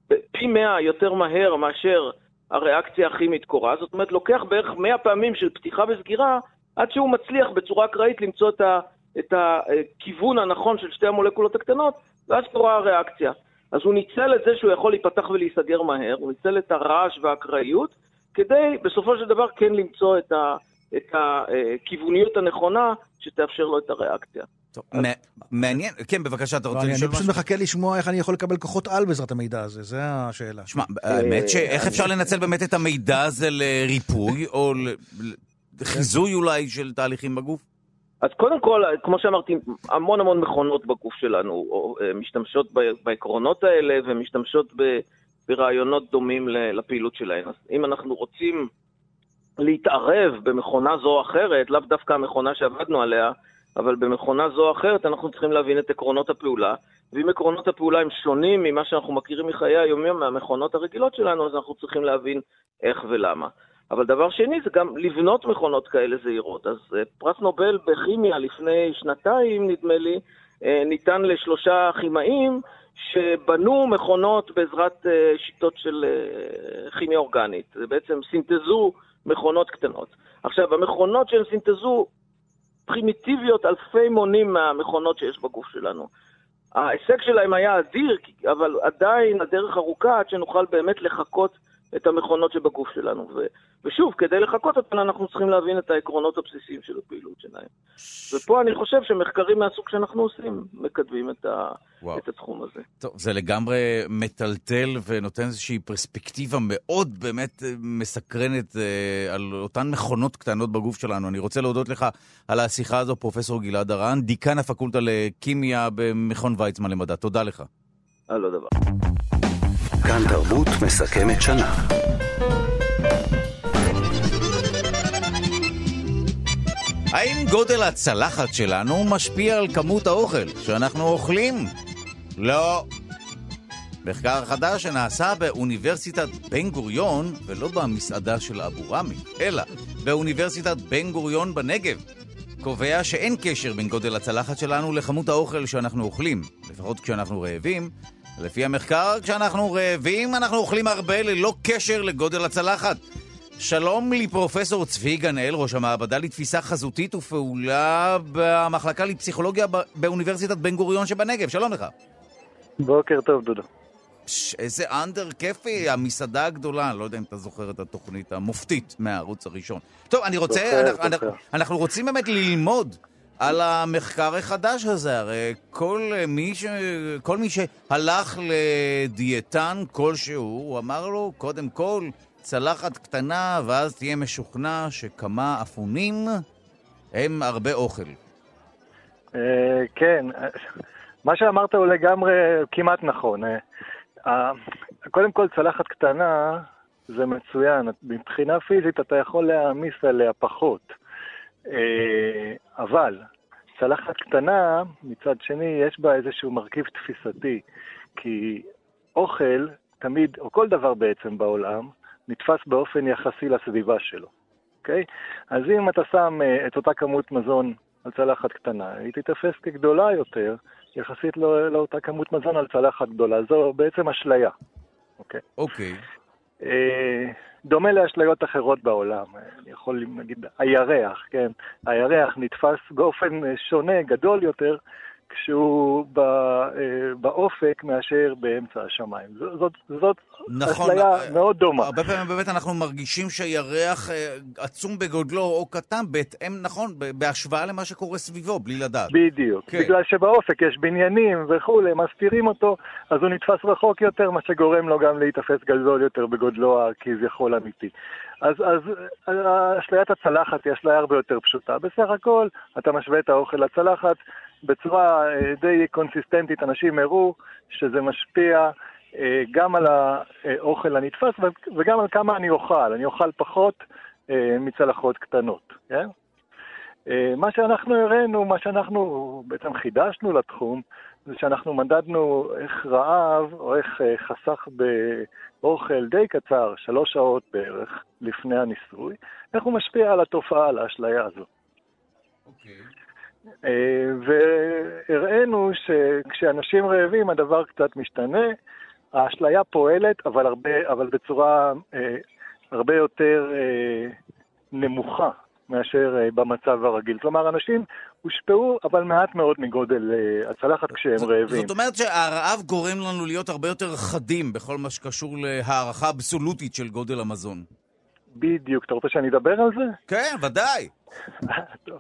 פי מאה יותר מהר מאשר הריאקציה הכימית קורה. זאת אומרת, לוקח בערך מאה פעמים של פתיחה וסגירה, עד שהוא מצליח בצורה אקראית למצוא את, ה, את הכיוון הנכון של שתי המולקולות הקטנות, ואז קורה הריאקציה. אז הוא ניצל את זה שהוא יכול להיפתח ולהיסגר מהר, הוא ניצל את הרעש והאקראיות, כדי בסופו של דבר כן למצוא את, ה, את הכיווניות הנכונה שתאפשר לו את הריאקציה. טוב, מעניין, כן, בבקשה, אתה רוצה לשאול משהו? אני פשוט מחכה לשמוע איך אני יכול לקבל כוחות על בעזרת המידע הזה, זה השאלה. שמע, האמת שאיך אפשר לנצל באמת את המידע הזה לריפוי, או לחיזוי אולי של תהליכים בגוף? אז קודם כל, כמו שאמרתי, המון המון מכונות בגוף שלנו משתמשות בעקרונות האלה, ומשתמשות ברעיונות דומים לפעילות שלהן. אז אם אנחנו רוצים להתערב במכונה זו או אחרת, לאו דווקא המכונה שעבדנו עליה, אבל במכונה זו או אחרת אנחנו צריכים להבין את עקרונות הפעולה, ואם עקרונות הפעולה הם שונים ממה שאנחנו מכירים מחיי היומיום מהמכונות הרגילות שלנו, אז אנחנו צריכים להבין איך ולמה. אבל דבר שני זה גם לבנות מכונות כאלה זהירות. אז פרס נובל בכימיה לפני שנתיים, נדמה לי, ניתן לשלושה כימאים שבנו מכונות בעזרת שיטות של כימיה אורגנית. זה בעצם סינתזו מכונות קטנות. עכשיו, המכונות שהן סינתזו פרימיטיביות אלפי מונים מהמכונות שיש בגוף שלנו. ההישג שלהם היה אדיר, אבל עדיין הדרך ארוכה עד שנוכל באמת לחכות את המכונות שבגוף שלנו. ו, ושוב, כדי לחכות אותן אנחנו צריכים להבין את העקרונות הבסיסיים של הפעילות שלהם. ופה אני חושב שמחקרים מהסוג שאנחנו עושים מקדמים את, ה, את התחום הזה. טוב, זה לגמרי מטלטל ונותן איזושהי פרספקטיבה מאוד באמת מסקרנת אה, על אותן מכונות קטנות בגוף שלנו. אני רוצה להודות לך על השיחה הזו, פרופסור גלעד הרן, דיקן הפקולטה לכימיה במכון ויצמן למדע. תודה לך. על לא דבר. כאן תרבות מסכמת שנה. האם גודל הצלחת שלנו משפיע על כמות האוכל שאנחנו אוכלים? לא. מחקר חדש שנעשה באוניברסיטת בן גוריון, ולא במסעדה של אבו רמי, אלא באוניברסיטת בן גוריון בנגב, קובע שאין קשר בין גודל הצלחת שלנו לכמות האוכל שאנחנו אוכלים, לפחות כשאנחנו רעבים. לפי המחקר, כשאנחנו רעבים, אנחנו אוכלים הרבה ללא קשר לגודל הצלחת. שלום לי פרופסור צבי גנאל, ראש המעבדה לתפיסה חזותית ופעולה במחלקה לפסיכולוגיה באוניברסיטת בן גוריון שבנגב. שלום לך. בוקר טוב, דודו. פש, איזה אנדר כיפי, המסעדה הגדולה, לא יודע אם אתה זוכר את התוכנית המופתית מהערוץ הראשון. טוב, אני רוצה, זוכר, אנחנו, זוכר. אנחנו, אנחנו רוצים באמת ללמוד על המחקר החדש הזה. הרי כל מי, ש... כל מי שהלך לדיאטן כלשהו, הוא אמר לו, קודם כל, צלחת קטנה, ואז תהיה משוכנע שכמה אפונים הם הרבה אוכל. כן, מה שאמרת הוא לגמרי כמעט נכון. קודם כל, צלחת קטנה זה מצוין. מבחינה פיזית אתה יכול להעמיס עליה פחות. אבל צלחת קטנה, מצד שני, יש בה איזשהו מרכיב תפיסתי. כי אוכל, תמיד, או כל דבר בעצם בעולם, נתפס באופן יחסי לסביבה שלו. אוקיי? אז אם אתה שם את אותה כמות מזון על צלחת קטנה, היא תתפס כגדולה יותר, יחסית לא, לאותה כמות מזון על צלחת גדולה. זו בעצם אשליה. אוקיי? אוקיי. אה, דומה לאשליות אחרות בעולם. אני יכול להגיד, הירח, כן? הירח נתפס באופן שונה, גדול יותר, כשהוא באופק מאשר באמצע השמיים. זאת, זאת נכון, אשליה מאוד דומה. הרבה פעמים באמת אנחנו מרגישים שהירח עצום בגודלו או קטן, בהתאם, נכון, בהשוואה למה שקורה סביבו, בלי לדעת. בדיוק. כן. בגלל שבאופק יש בניינים וכו', מסתירים אותו, אז הוא נתפס רחוק יותר, מה שגורם לו גם להתאפס גדול יותר בגודלו כביכול אמיתי. אז, אז אשליית הצלחת היא אשליה הרבה יותר פשוטה. בסך הכל, אתה משווה את האוכל לצלחת, בצורה די קונסיסטנטית אנשים הראו שזה משפיע גם על האוכל הנתפס וגם על כמה אני אוכל. אני אוכל פחות מצלחות קטנות. כן? מה שאנחנו הראינו, מה שאנחנו בעצם חידשנו לתחום, זה שאנחנו מדדנו איך רעב או איך חסך באוכל די קצר, שלוש שעות בערך לפני הניסוי, איך הוא משפיע על התופעה, על האשליה הזו. אוקיי. והראינו שכשאנשים רעבים הדבר קצת משתנה, האשליה פועלת, אבל, הרבה, אבל בצורה אה, הרבה יותר אה, נמוכה מאשר אה, במצב הרגיל. כלומר, אנשים הושפעו, אבל מעט מאוד מגודל אה, הצלחת כשהם זאת, רעבים. זאת אומרת שהרעב גורם לנו להיות הרבה יותר חדים בכל מה שקשור להערכה אבסולוטית של גודל המזון. בדיוק. אתה רוצה שאני אדבר על זה? כן, ודאי. טוב.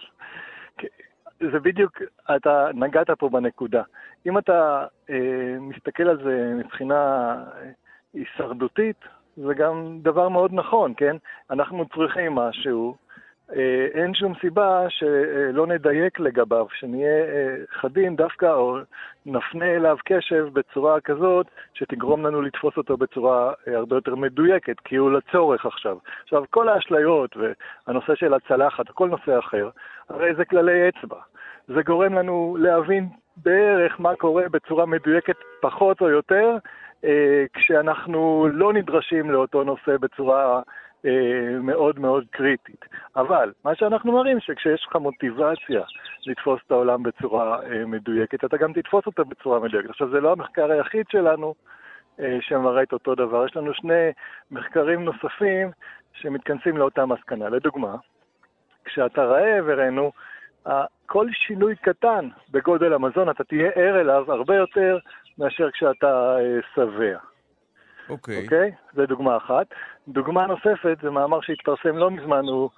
זה בדיוק, אתה נגעת פה בנקודה. אם אתה אה, מסתכל על זה מבחינה הישרדותית, זה גם דבר מאוד נכון, כן? אנחנו צריכים משהו, אה, אין שום סיבה שלא נדייק לגביו, שנהיה אה, חדים דווקא, או נפנה אליו קשב בצורה כזאת, שתגרום לנו לתפוס אותו בצורה אה, הרבה יותר מדויקת, כי הוא לצורך עכשיו. עכשיו, כל האשליות והנושא של הצלחת, כל נושא אחר, הרי זה כללי אצבע. זה גורם לנו להבין בערך מה קורה בצורה מדויקת פחות או יותר, אה, כשאנחנו לא נדרשים לאותו נושא בצורה אה, מאוד מאוד קריטית. אבל מה שאנחנו מראים שכשיש לך מוטיבציה לתפוס את העולם בצורה אה, מדויקת, אתה גם תתפוס אותה בצורה מדויקת. עכשיו, זה לא המחקר היחיד שלנו אה, שמראה את אותו דבר. יש לנו שני מחקרים נוספים שמתכנסים לאותה מסקנה. לדוגמה, כשאתה רעב, הראינו, כל שינוי קטן בגודל המזון, אתה תהיה ער אליו הרבה יותר מאשר כשאתה שבע. אוקיי. אוקיי? זה דוגמה אחת. דוגמה נוספת, זה מאמר שהתפרסם לא מזמן, הוא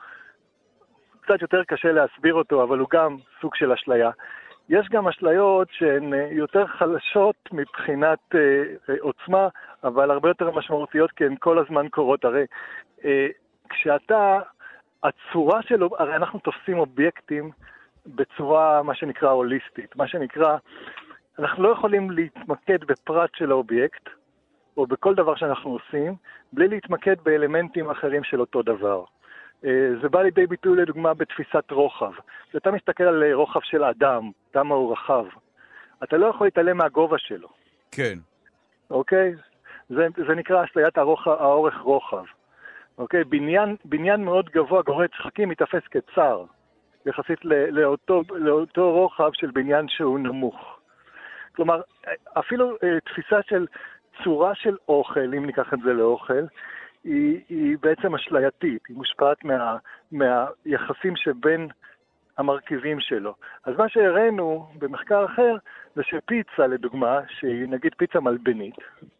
קצת יותר קשה להסביר אותו, אבל הוא גם סוג של אשליה. יש גם אשליות שהן יותר חלשות מבחינת אה, עוצמה, אבל הרבה יותר משמעותיות, כי הן כל הזמן קורות. הרי אה, כשאתה, הצורה שלו, הרי אנחנו תופסים אובייקטים בצורה, מה שנקרא, הוליסטית. מה שנקרא, אנחנו לא יכולים להתמקד בפרט של האובייקט, או בכל דבר שאנחנו עושים, בלי להתמקד באלמנטים אחרים של אותו דבר. זה בא לידי ביטוי לדוגמה בתפיסת רוחב. כשאתה מסתכל על רוחב של אדם, כמה הוא רחב, אתה לא יכול להתעלם מהגובה שלו. כן. אוקיי? זה, זה נקרא אשליית האורך, האורך רוחב. אוקיי? בניין, בניין מאוד גבוה, גורץ שחקים, מתאפס כצר, יחסית לא, לאותו, לאותו רוחב של בניין שהוא נמוך. כלומר, אפילו תפיסה של צורה של אוכל, אם ניקח את זה לאוכל, היא, היא בעצם אשלייתית, היא מושפעת מה, מהיחסים שבין המרכיבים שלו. אז מה שהראינו במחקר אחר, זה שפיצה לדוגמה, שהיא נגיד פיצה מלבנית,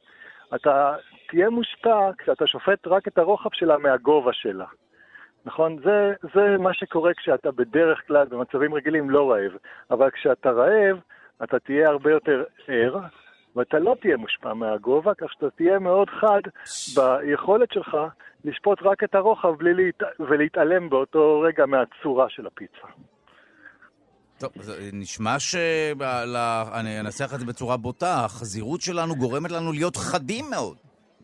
אתה תהיה מושפע כשאתה שופט רק את הרוחב שלה מהגובה שלה. נכון? זה, זה מה שקורה כשאתה בדרך כלל במצבים רגילים לא רעב. אבל כשאתה רעב, אתה תהיה הרבה יותר ער, ואתה לא תהיה מושפע מהגובה, כך שאתה תהיה מאוד חד ביכולת שלך לשפוט רק את הרוחב בלי להת... ולהתעלם באותו רגע מהצורה של הפיצה. טוב, זה נשמע שאני אנסח את זה בצורה בוטה, החזירות שלנו גורמת לנו להיות חדים מאוד.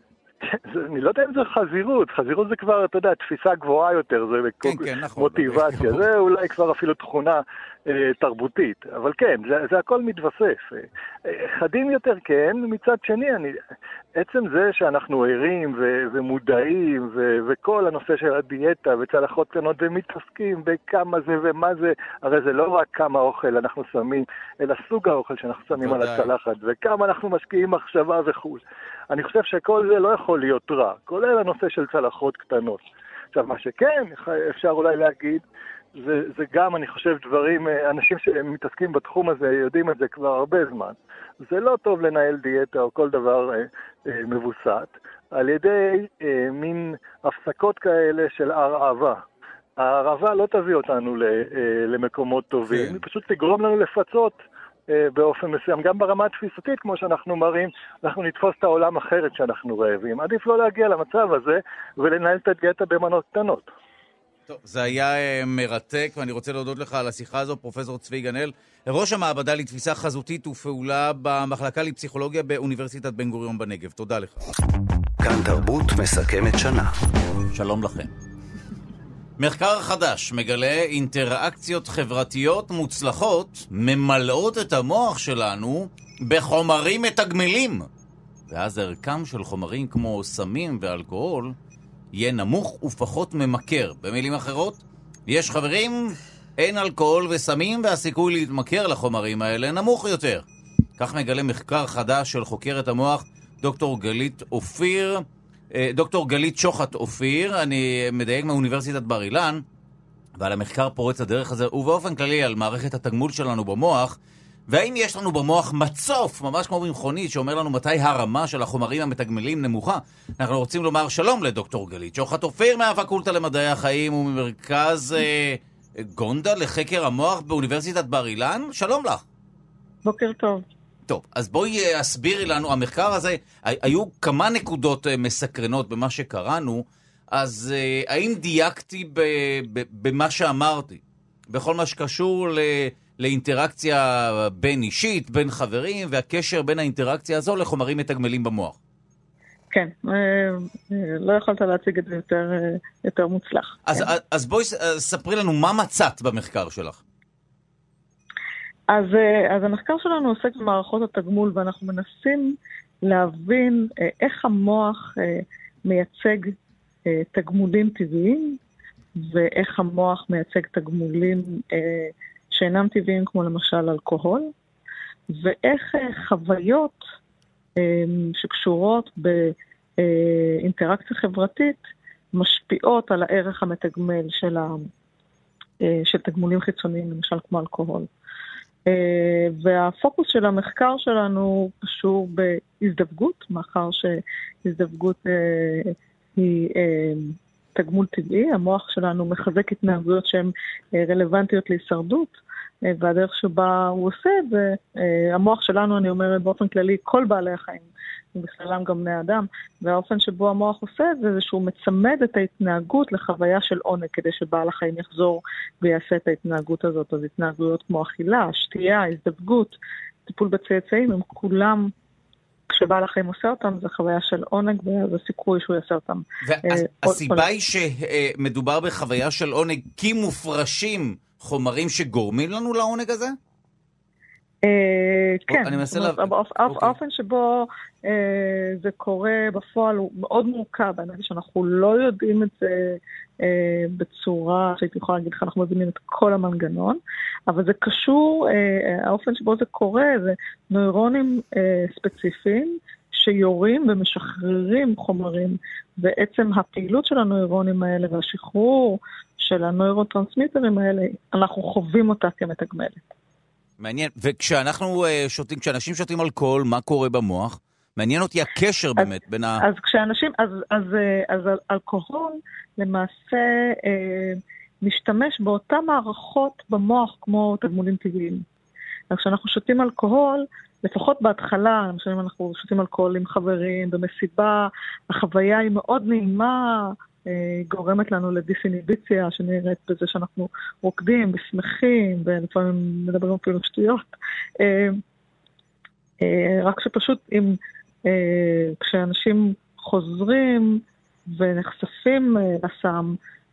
אני לא יודע אם זה חזירות, חזירות זה כבר, אתה יודע, תפיסה גבוהה יותר, זה כן, כן, נכון, מוטיבציה, זה אולי כבר אפילו תכונה אה, תרבותית, אבל כן, זה, זה הכל מתווסף. אה, חדים יותר כן, מצד שני, אני, עצם זה שאנחנו ערים ו, ומודעים ו, וכל הנושא של הדיאטה וצלחות קטנות ומתעסקים בכמה זה ומה זה, הרי זה לא רק כמה אוכל אנחנו שמים, אלא סוג האוכל שאנחנו שמים על הצלחת, וכמה אנחנו משקיעים מחשבה וכו'. אני חושב שכל זה לא יכול להיות רע, כולל הנושא של צלחות קטנות. עכשיו, מה שכן, אפשר אולי להגיד, זה, זה גם, אני חושב, דברים, אנשים שמתעסקים בתחום הזה יודעים את זה כבר הרבה זמן. זה לא טוב לנהל דיאטה או כל דבר אה, אה, מבוסת, על ידי אה, מין הפסקות כאלה של הרעבה. הרעבה לא תביא אותנו ל, אה, למקומות טובים, כן. היא פשוט תגרום לנו לפצות, באופן מסוים, גם ברמה התפיסתית, כמו שאנחנו מראים, אנחנו נתפוס את העולם אחרת שאנחנו רעבים. עדיף לא להגיע למצב הזה ולנהל את הדיאטה במנות קטנות. טוב, זה היה מרתק, ואני רוצה להודות לך על השיחה הזו, פרופסור צבי גנאל, ראש המעבדה לתפיסה חזותית ופעולה במחלקה לפסיכולוגיה באוניברסיטת בן גוריון בנגב. תודה לך. כאן תרבות מסכמת שנה. שלום לכם. מחקר חדש מגלה אינטראקציות חברתיות מוצלחות ממלאות את המוח שלנו בחומרים מתגמלים. ואז ערכם של חומרים כמו סמים ואלכוהול יהיה נמוך ופחות ממכר. במילים אחרות, יש חברים, אין אלכוהול וסמים והסיכוי להתמכר לחומרים האלה נמוך יותר. כך מגלה מחקר חדש של חוקרת המוח דוקטור גלית אופיר, דוקטור גלית שוחט אופיר, אני מדייק מאוניברסיטת בר אילן, ועל המחקר פורץ הדרך הזה, ובאופן כללי על מערכת התגמול שלנו במוח, והאם יש לנו במוח מצוף, ממש כמו במכונית, שאומר לנו מתי הרמה של החומרים המתגמלים נמוכה. אנחנו רוצים לומר שלום לדוקטור גלית שוחט אופיר מהפקולטה למדעי החיים וממרכז אה, גונדה לחקר המוח באוניברסיטת בר אילן. שלום לך. בוקר טוב. טוב, אז בואי הסבירי לנו, המחקר הזה, היו כמה נקודות מסקרנות במה שקראנו, אז uh, האם דייקתי ב, ב, במה שאמרתי? בכל מה שקשור ל, לאינטראקציה בין אישית, בין חברים, והקשר בין האינטראקציה הזו לחומרים מתגמלים במוח. כן, לא יכולת להציג את זה יותר, יותר מוצלח. אז, כן. אז בואי ספרי לנו מה מצאת במחקר שלך. אז, אז המחקר שלנו עוסק במערכות התגמול, ואנחנו מנסים להבין איך המוח מייצג תגמולים טבעיים, ואיך המוח מייצג תגמולים שאינם טבעיים, כמו למשל אלכוהול, ואיך חוויות שקשורות באינטראקציה חברתית משפיעות על הערך המתגמל של, ה... של תגמולים חיצוניים, למשל כמו אלכוהול. והפוקוס של המחקר שלנו קשור בהזדווגות, מאחר שהזדווגות היא תגמול טבעי. המוח שלנו מחזק התנהגויות שהן רלוונטיות להישרדות, והדרך שבה הוא עושה את זה, המוח שלנו, אני אומרת באופן כללי, כל בעלי החיים, ובכללם גם בני אדם, והאופן שבו המוח עושה את זה, זה שהוא מצמד את ההתנהגות לחוויה של עונג, כדי שבעל החיים יחזור ויעשה את ההתנהגות הזאת. אז התנהגויות כמו אכילה, שתייה, הזדווגות, טיפול בצאצאים, הם כולם, כשבעל החיים עושה אותם, זה חוויה של עונג, וזה סיכוי שהוא יעשה אותם. והסיבה היא שמדובר בחוויה של עונג, כי מופרשים חומרים שגורמים לנו לעונג הזה? כן, האופן שבו זה קורה בפועל הוא מאוד מורכב, אני חושבת שאנחנו לא יודעים את זה בצורה שהייתי יכולה להגיד לך, אנחנו מבינים את כל המנגנון, אבל זה קשור, האופן שבו זה קורה זה נוירונים ספציפיים שיורים ומשחררים חומרים, ועצם הפעילות של הנוירונים האלה והשחרור של הנוירוטרנסמיטרים האלה, אנחנו חווים אותה כמתגמלת. מעניין, וכשאנחנו שותים, כשאנשים שותים אלכוהול, מה קורה במוח? מעניין אותי הקשר באמת אז, בין ה... אז כשאנשים, אז, אז, אז אלכוהול למעשה אה, משתמש באותה מערכות במוח כמו תגמולים טבעיים. אז כשאנחנו שותים אלכוהול, לפחות בהתחלה, למשל אם אנחנו שותים אלכוהול עם חברים, במסיבה, החוויה היא מאוד נעימה, גורמת לנו לדיסאיניביציה, שנראית בזה שאנחנו רוקדים ושמחים, ולפעמים מדברים אפילו שטויות. רק שפשוט אם, כשאנשים חוזרים ונחשפים לסם,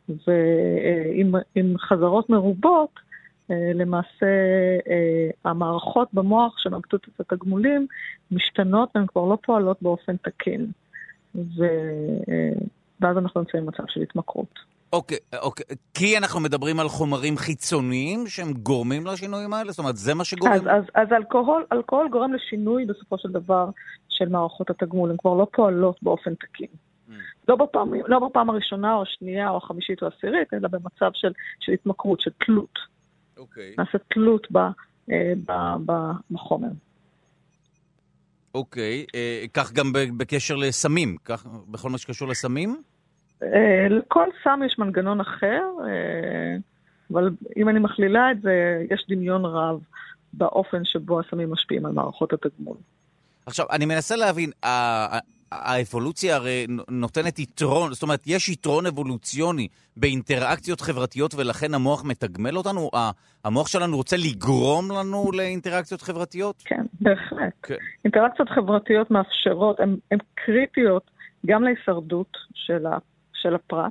ועם חזרות מרובות, למעשה המערכות במוח שנוגדות את התגמולים משתנות, והן כבר לא פועלות באופן תקין. ו... ואז אנחנו נמצאים במצב של התמכרות. אוקיי, אוקיי. כי אנחנו מדברים על חומרים חיצוניים שהם גורמים לשינויים האלה? זאת אומרת, זה מה שגורם? אז, אז, אז אלכוהול, אלכוהול גורם לשינוי בסופו של דבר של מערכות התגמול. הן כבר לא פועלות באופן תקין. Mm. לא בפעם, לא בפעם הראשונה או השנייה או החמישית או העשירית, אלא במצב של, של התמכרות, של תלות. אוקיי. נעשה תלות ב, ב, ב, בחומר. אוקיי, כך גם בקשר לסמים, כך בכל מה שקשור לסמים? לכל סם יש מנגנון אחר, אבל אם אני מכלילה את זה, יש דמיון רב באופן שבו הסמים משפיעים על מערכות התגמול. עכשיו, אני מנסה להבין, האבולוציה הרי נותנת יתרון, זאת אומרת, יש יתרון אבולוציוני באינטראקציות חברתיות, ולכן המוח מתגמל אותנו? המוח שלנו רוצה לגרום לנו לאינטראקציות חברתיות? כן, בהחלט. כן. אינטראקציות חברתיות מאפשרות, הן קריטיות גם להישרדות של, ה, של הפרט,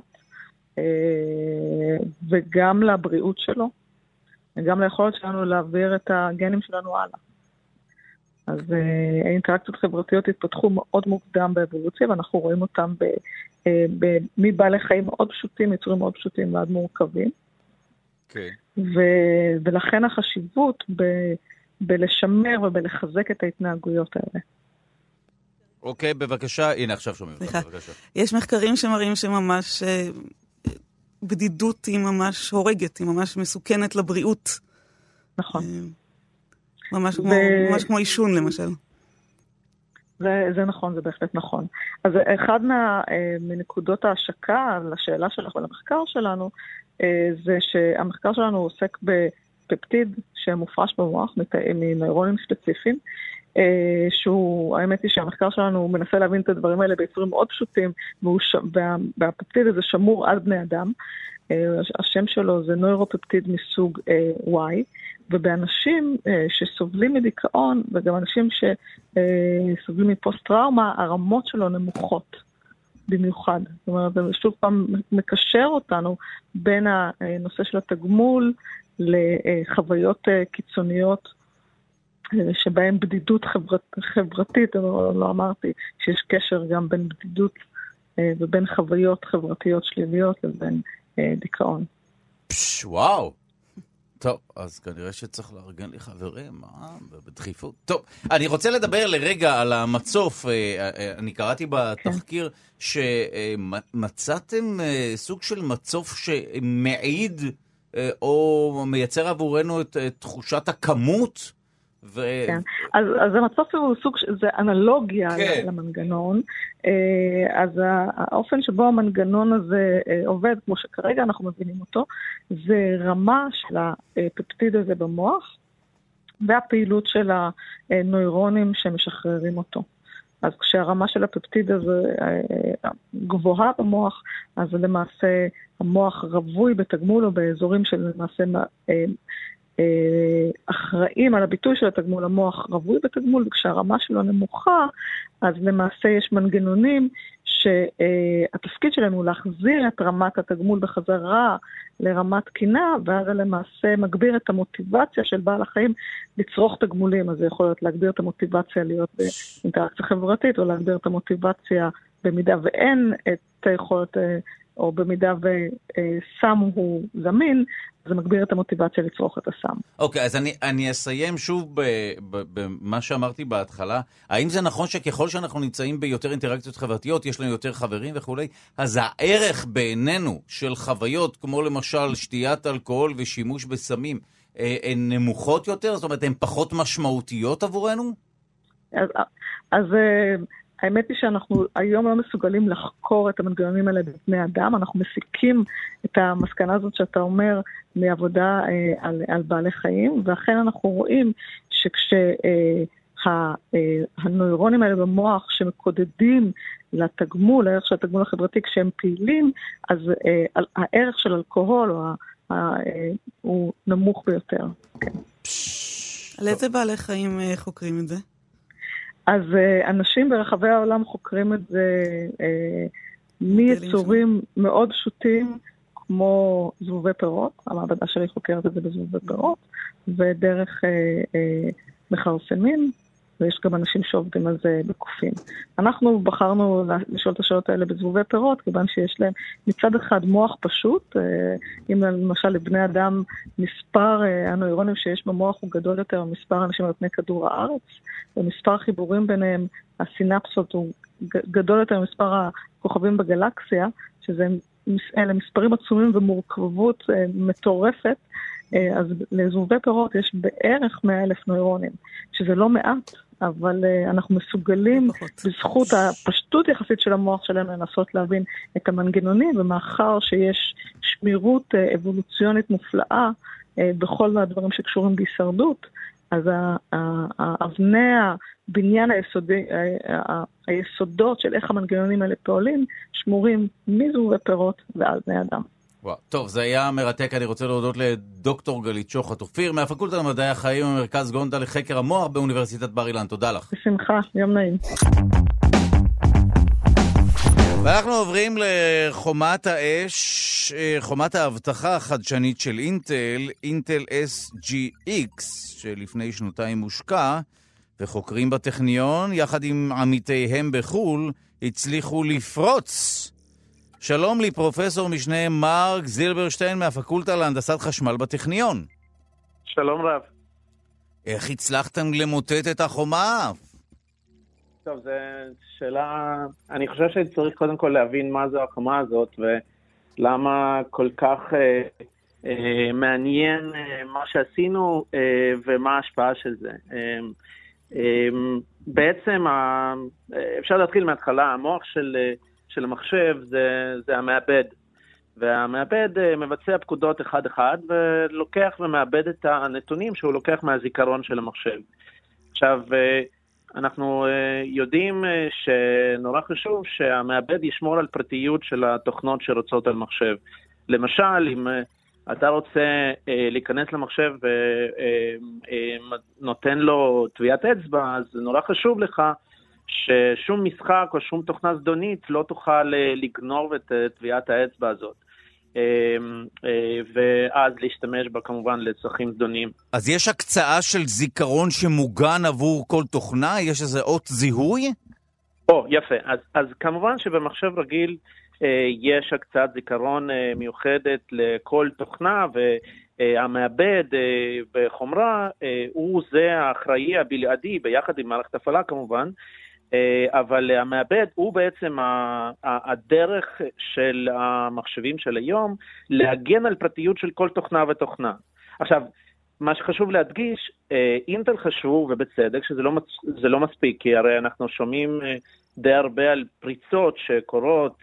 וגם לבריאות שלו, וגם ליכולת שלנו להעביר את הגנים שלנו הלאה. אז uh, האינטראקציות חברתיות התפתחו מאוד מוקדם באבולוציה, ואנחנו רואים אותם ב, uh, ב, מבעלי חיים מאוד פשוטים, יצורים מאוד פשוטים ועד מורכבים. Okay. ו, ולכן החשיבות ב, בלשמר ובלחזק את ההתנהגויות האלה. אוקיי, בבקשה. הנה, עכשיו שומעים. סליחה. יש מחקרים שמראים שממש בדידות היא ממש הורגת, היא ממש מסוכנת לבריאות. נכון. ממש כמו, ממש כמו עישון, למשל. זה, זה נכון, זה בהחלט נכון. אז אחד מה, מנקודות ההשקה לשאלה שלך ולמחקר שלנו, זה שהמחקר שלנו עוסק בפפטיד שמופרש במוח מנוירונים ספציפיים, שהוא, האמת היא שהמחקר שלנו מנסה להבין את הדברים האלה ביצורים מאוד פשוטים, והפפטיד הזה שמור על בני אדם. השם שלו זה נוירופפטיד מסוג Y, ובאנשים שסובלים מדיכאון, וגם אנשים שסובלים מפוסט-טראומה, הרמות שלו נמוכות במיוחד. זאת אומרת, זה שוב פעם מקשר אותנו בין הנושא של התגמול לחוויות קיצוניות, שבהם בדידות חברת, חברתית, לא, לא אמרתי שיש קשר גם בין בדידות ובין חוויות חברתיות שליליות לבין דיכאון. פש, וואו. טוב, אז כנראה שצריך לארגן לי חברים, אה, בדחיפות. טוב, אני רוצה לדבר לרגע על המצוף. אני קראתי בתחקיר שמצאתם סוג של מצוף שמעיד או מייצר עבורנו את תחושת הכמות. ו... כן. אז, אז המצוף הוא סוג, זה אנלוגיה כן. למנגנון, אז האופן שבו המנגנון הזה עובד, כמו שכרגע אנחנו מבינים אותו, זה רמה של הפפטיד הזה במוח, והפעילות של הנוירונים שמשחררים אותו. אז כשהרמה של הפפטיד הזה גבוהה במוח, אז למעשה המוח רווי בתגמול או באזורים של למעשה אחראים על הביטוי של התגמול, המוח רווי בתגמול, וכשהרמה שלו נמוכה, אז למעשה יש מנגנונים שהתפקיד שלהם הוא להחזיר את רמת התגמול בחזרה לרמת תקינה, ואז למעשה מגביר את המוטיבציה של בעל החיים לצרוך תגמולים. אז זה יכול להיות להגביר את המוטיבציה להיות באינטראקציה חברתית, או להגביר את המוטיבציה במידה ואין את היכולת, או במידה וסם הוא זמין, זה מגביר את המוטיבציה לצרוך את הסם. אוקיי, אז אני, אני אסיים שוב במה שאמרתי בהתחלה. האם זה נכון שככל שאנחנו נמצאים ביותר אינטראקציות חברתיות, יש לנו יותר חברים וכו', אז הערך בעינינו של חוויות, כמו למשל שתיית אלכוהול ושימוש בסמים, הן נמוכות יותר? זאת אומרת, הן פחות משמעותיות עבורנו? אז... אז האמת היא שאנחנו היום לא מסוגלים לחקור את המנגנונים האלה בבני אדם, אנחנו מסיקים את המסקנה הזאת שאתה אומר מעבודה אה, על, על בעלי חיים, ואכן אנחנו רואים שכשהנוירונים אה, האלה במוח שמקודדים לתגמול, הערך של התגמול החברתי, כשהם פעילים, אז אה, הערך של אלכוהול הוא, אה, הוא נמוך ביותר. כן. על איזה בעלי חיים אה, חוקרים את זה? אז uh, אנשים ברחבי העולם חוקרים את זה uh, מיצורים מאוד פשוטים, כמו זבובי פירות, המעבדה שלי חוקרת את זה בזבובי פירות, ודרך uh, uh, מחרסמים, ויש גם אנשים שעובדים על זה בקופים. אנחנו בחרנו לשאול את השאלות האלה בזבובי פירות, כיוון שיש להם מצד אחד מוח פשוט, אם למשל לבני אדם מספר הנוירונים שיש במוח הוא גדול יותר ממספר אנשים על פני כדור הארץ, ומספר חיבורים ביניהם, הסינפסות הוא גדול יותר ממספר הכוכבים בגלקסיה, שזה אלה מספרים עצומים ומורכבות מטורפת, אז לזבובי פירות יש בערך מאה אלף נוירונים, שזה לא מעט, אבל uh, אנחנו מסוגלים בזכות הפשטות יחסית של המוח שלנו לנסות להבין את המנגנונים, ומאחר שיש שמירות uh, אבולוציונית מופלאה uh, בכל הדברים שקשורים בהישרדות, אז האבני הבניין היסודי, היסודות של איך המנגנונים האלה פועלים, שמורים מזבובי פירות ועל בני אדם. וואו, טוב, זה היה מרתק. אני רוצה להודות לדוקטור גלית שוחט אופיר, מהפקולטה למדעי החיים במרכז גונדה לחקר המוח באוניברסיטת בר אילן. תודה לך. בשמחה, יום נעים. ואנחנו עוברים לחומת האש, חומת האבטחה החדשנית של אינטל, אינטל אס ג'י אקס, שלפני שנתיים מושקע, וחוקרים בטכניון, יחד עם עמיתיהם בחול, הצליחו לפרוץ. שלום לי, פרופסור משנה מרק זילברשטיין מהפקולטה להנדסת חשמל בטכניון. שלום רב. איך הצלחתם למוטט את החומה? טוב, זו שאלה, אני חושב שצריך קודם כל להבין מה זו החומה הזאת, ולמה כל כך אה, אה, מעניין אה, מה שעשינו אה, ומה ההשפעה של זה. אה, אה, בעצם, ה, אפשר להתחיל מההתחלה, המוח של, של המחשב זה, זה המעבד, והמעבד אה, מבצע פקודות אחד-אחד, ולוקח ומעבד את הנתונים שהוא לוקח מהזיכרון של המחשב. עכשיו, אה, אנחנו יודעים שנורא חשוב שהמעבד ישמור על פרטיות של התוכנות שרוצות על מחשב. למשל, אם אתה רוצה להיכנס למחשב ונותן לו טביעת אצבע, אז נורא חשוב לך ששום משחק או שום תוכנה זדונית לא תוכל לגנוב את טביעת האצבע הזאת. ואז להשתמש בה כמובן לצרכים זדוניים. אז יש הקצאה של זיכרון שמוגן עבור כל תוכנה? יש איזה אות זיהוי? או, יפה. אז, אז כמובן שבמחשב רגיל אה, יש הקצאת זיכרון אה, מיוחדת לכל תוכנה, והמעבד אה, בחומרה אה, הוא זה האחראי הבלעדי, ביחד עם מערכת הפעלה כמובן, אבל המעבד הוא בעצם הדרך של המחשבים של היום להגן על פרטיות של כל תוכנה ותוכנה. עכשיו, מה שחשוב להדגיש, אינטל חשבו, ובצדק, שזה לא, זה לא מספיק, כי הרי אנחנו שומעים די הרבה על פריצות שקורות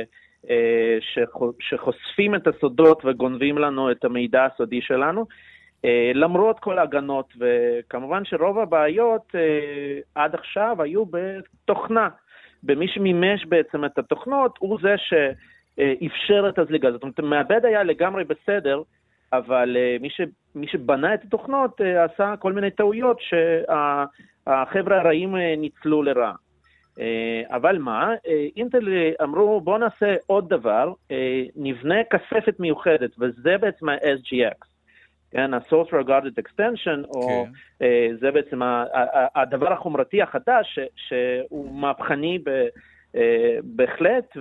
ושחושפים את הסודות וגונבים לנו את המידע הסודי שלנו, למרות כל ההגנות, וכמובן שרוב הבעיות עד עכשיו היו בתוכנה. במי שמימש בעצם את התוכנות, הוא זה שאפשר את הזליגה. זאת אומרת, המעבד היה לגמרי בסדר, אבל מי, ש, מי שבנה את התוכנות עשה כל מיני טעויות שהחבר'ה הרעים ניצלו לרע. אבל מה? אינטל אמרו, בוא נעשה עוד דבר, נבנה כספת מיוחדת, וזה בעצם ה-אס ג'י אקס. כן, ה-Source Regarded Extension, או uh, זה בעצם הדבר החומרתי החדש, שהוא מהפכני בהחלט,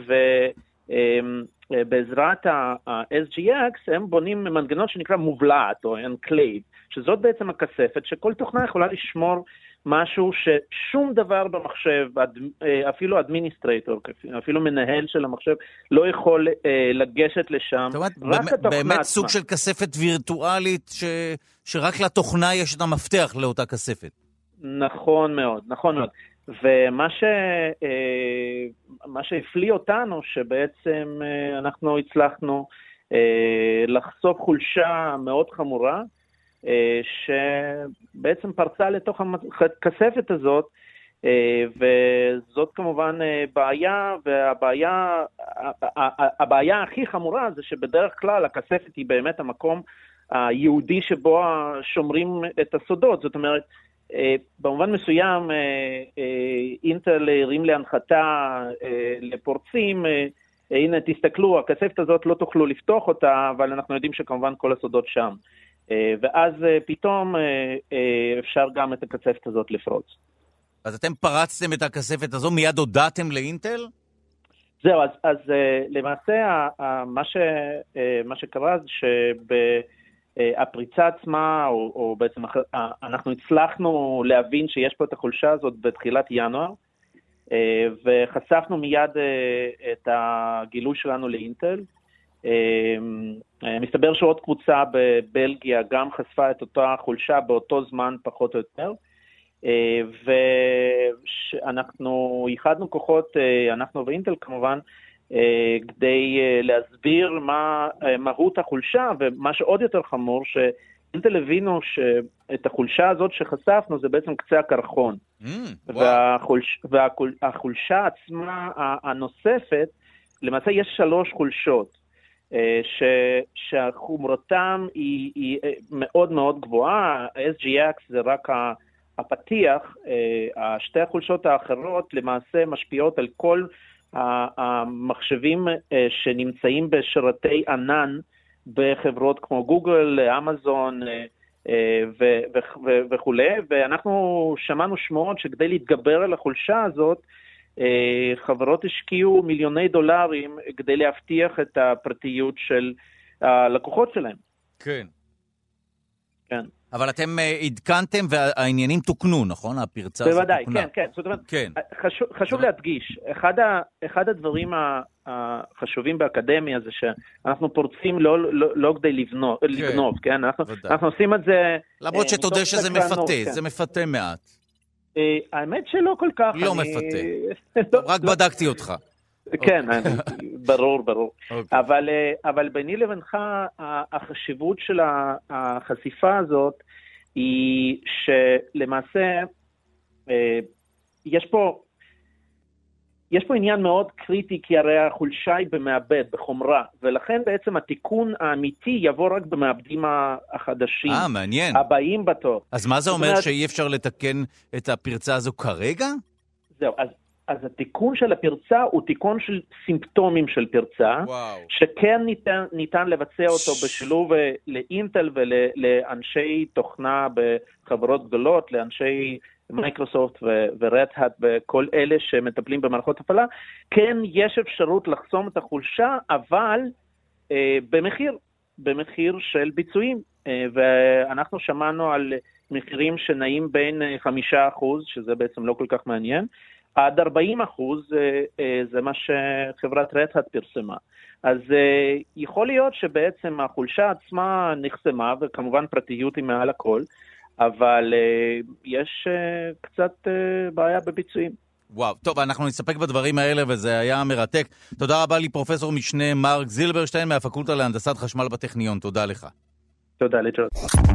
ובעזרת ה-אס ג'י אקס הם בונים מנגנון שנקרא מובלעת, או Enclave, שזאת בעצם הכספת, שכל תוכנה יכולה לשמור משהו ששום דבר במחשב, אפילו אדמיניסטרייטור, אפילו מנהל של המחשב, לא יכול לגשת לשם. זאת אומרת, באמת סוג של כספת וירטואלית, שרק לתוכנה יש את המפתח לאותה כספת. נכון מאוד, נכון מאוד. ומה ש... מה שהפליא אותנו, שבעצם אנחנו הצלחנו לחשוף חולשה מאוד חמורה, שבעצם פרצה לתוך הכספת הזאת, וזאת כמובן בעיה, והבעיה הבעיה הכי חמורה זה שבדרך כלל הכספת היא באמת המקום היהודי שבו שומרים את הסודות. זאת אומרת, במובן מסוים אינטל הרים להנחתה לפורצים, הנה תסתכלו, הכספת הזאת לא תוכלו לפתוח אותה, אבל אנחנו יודעים שכמובן כל הסודות שם. ואז פתאום אפשר גם את הכספת הזאת לפרוץ. אז אתם פרצתם את הכספת הזו, מיד הודעתם לאינטל? זהו, אז, אז למעשה מה, ש, מה שקרה זה שהפריצה עצמה, או, או בעצם אנחנו הצלחנו להבין שיש פה את החולשה הזאת בתחילת ינואר, וחשפנו מיד את הגילוי שלנו לאינטל. מסתבר שעוד קבוצה בבלגיה גם חשפה את אותה חולשה באותו זמן פחות או יותר, ואנחנו ייחדנו כוחות, אנחנו ואינטל כמובן, כדי להסביר מה מהות החולשה, ומה שעוד יותר חמור, שאינטל הבינו שאת החולשה הזאת שחשפנו זה בעצם קצה הקרחון, והחולשה עצמה הנוספת, למעשה יש שלוש חולשות, ש, שהחומרתם היא, היא מאוד מאוד גבוהה. ה-אס ג'י אקס זה רק הפתיח, שתי החולשות האחרות למעשה משפיעות על כל המחשבים שנמצאים בשרתי ענן בחברות כמו גוגל, אמזון וכו', ואנחנו שמענו שמועות שכדי להתגבר על החולשה הזאת, חברות השקיעו מיליוני דולרים כדי להבטיח את הפרטיות של הלקוחות שלהם. כן. כן. אבל אתם עדכנתם והעניינים תוקנו, נכון? הפרצה הזאת בוודאי, תוקנה. כן, כן. זאת אומרת, כן. חשוב, חשוב להדגיש, אחד, ה, אחד הדברים החשובים באקדמיה זה שאנחנו פורצים לא, לא, לא כדי לבנות, כן. לגנוב, כן? אנחנו, אנחנו עושים את זה... למרות שתודה שזה מפתה, כן. זה מפתה מעט. האמת שלא כל כך. לא אני... מפתה. רק בדקתי אותך. כן, ברור, ברור. אבל, אבל ביני לבינך, החשיבות של החשיפה הזאת היא שלמעשה יש פה, יש פה עניין מאוד קריטי, כי הרי החולשה היא במעבד, בחומרה, ולכן בעצם התיקון האמיתי יבוא רק במעבדים החדשים. אה, מעניין. הבאים בתור. אז מה זה אומר אומרת... שאי אפשר לתקן את הפרצה הזו כרגע? זהו, אז... אז התיקון של הפרצה הוא תיקון של סימפטומים של פרצה, וואו. שכן ניתן, ניתן לבצע אותו בשילוב לאינטל ולאנשי תוכנה בחברות גדולות, לאנשי מייקרוסופט ו-Red Hat וכל אלה שמטפלים במערכות הפעלה. כן יש אפשרות לחסום את החולשה, אבל אה, במחיר, במחיר של ביצועים. אה, ואנחנו שמענו על מחירים שנעים בין חמישה אחוז, שזה בעצם לא כל כך מעניין, עד ארבעים אחוז זה מה שחברת Red Hat פרסמה. אז יכול להיות שבעצם החולשה עצמה נחסמה, וכמובן פרטיות היא מעל הכל, אבל יש קצת בעיה בביצועים. וואו, טוב, אנחנו נסתפק בדברים האלה, וזה היה מרתק. תודה רבה לי פרופסור משנה מרק זילברשטיין מהפקולטה להנדסת חשמל בטכניון. תודה לך. תודה, להתראות.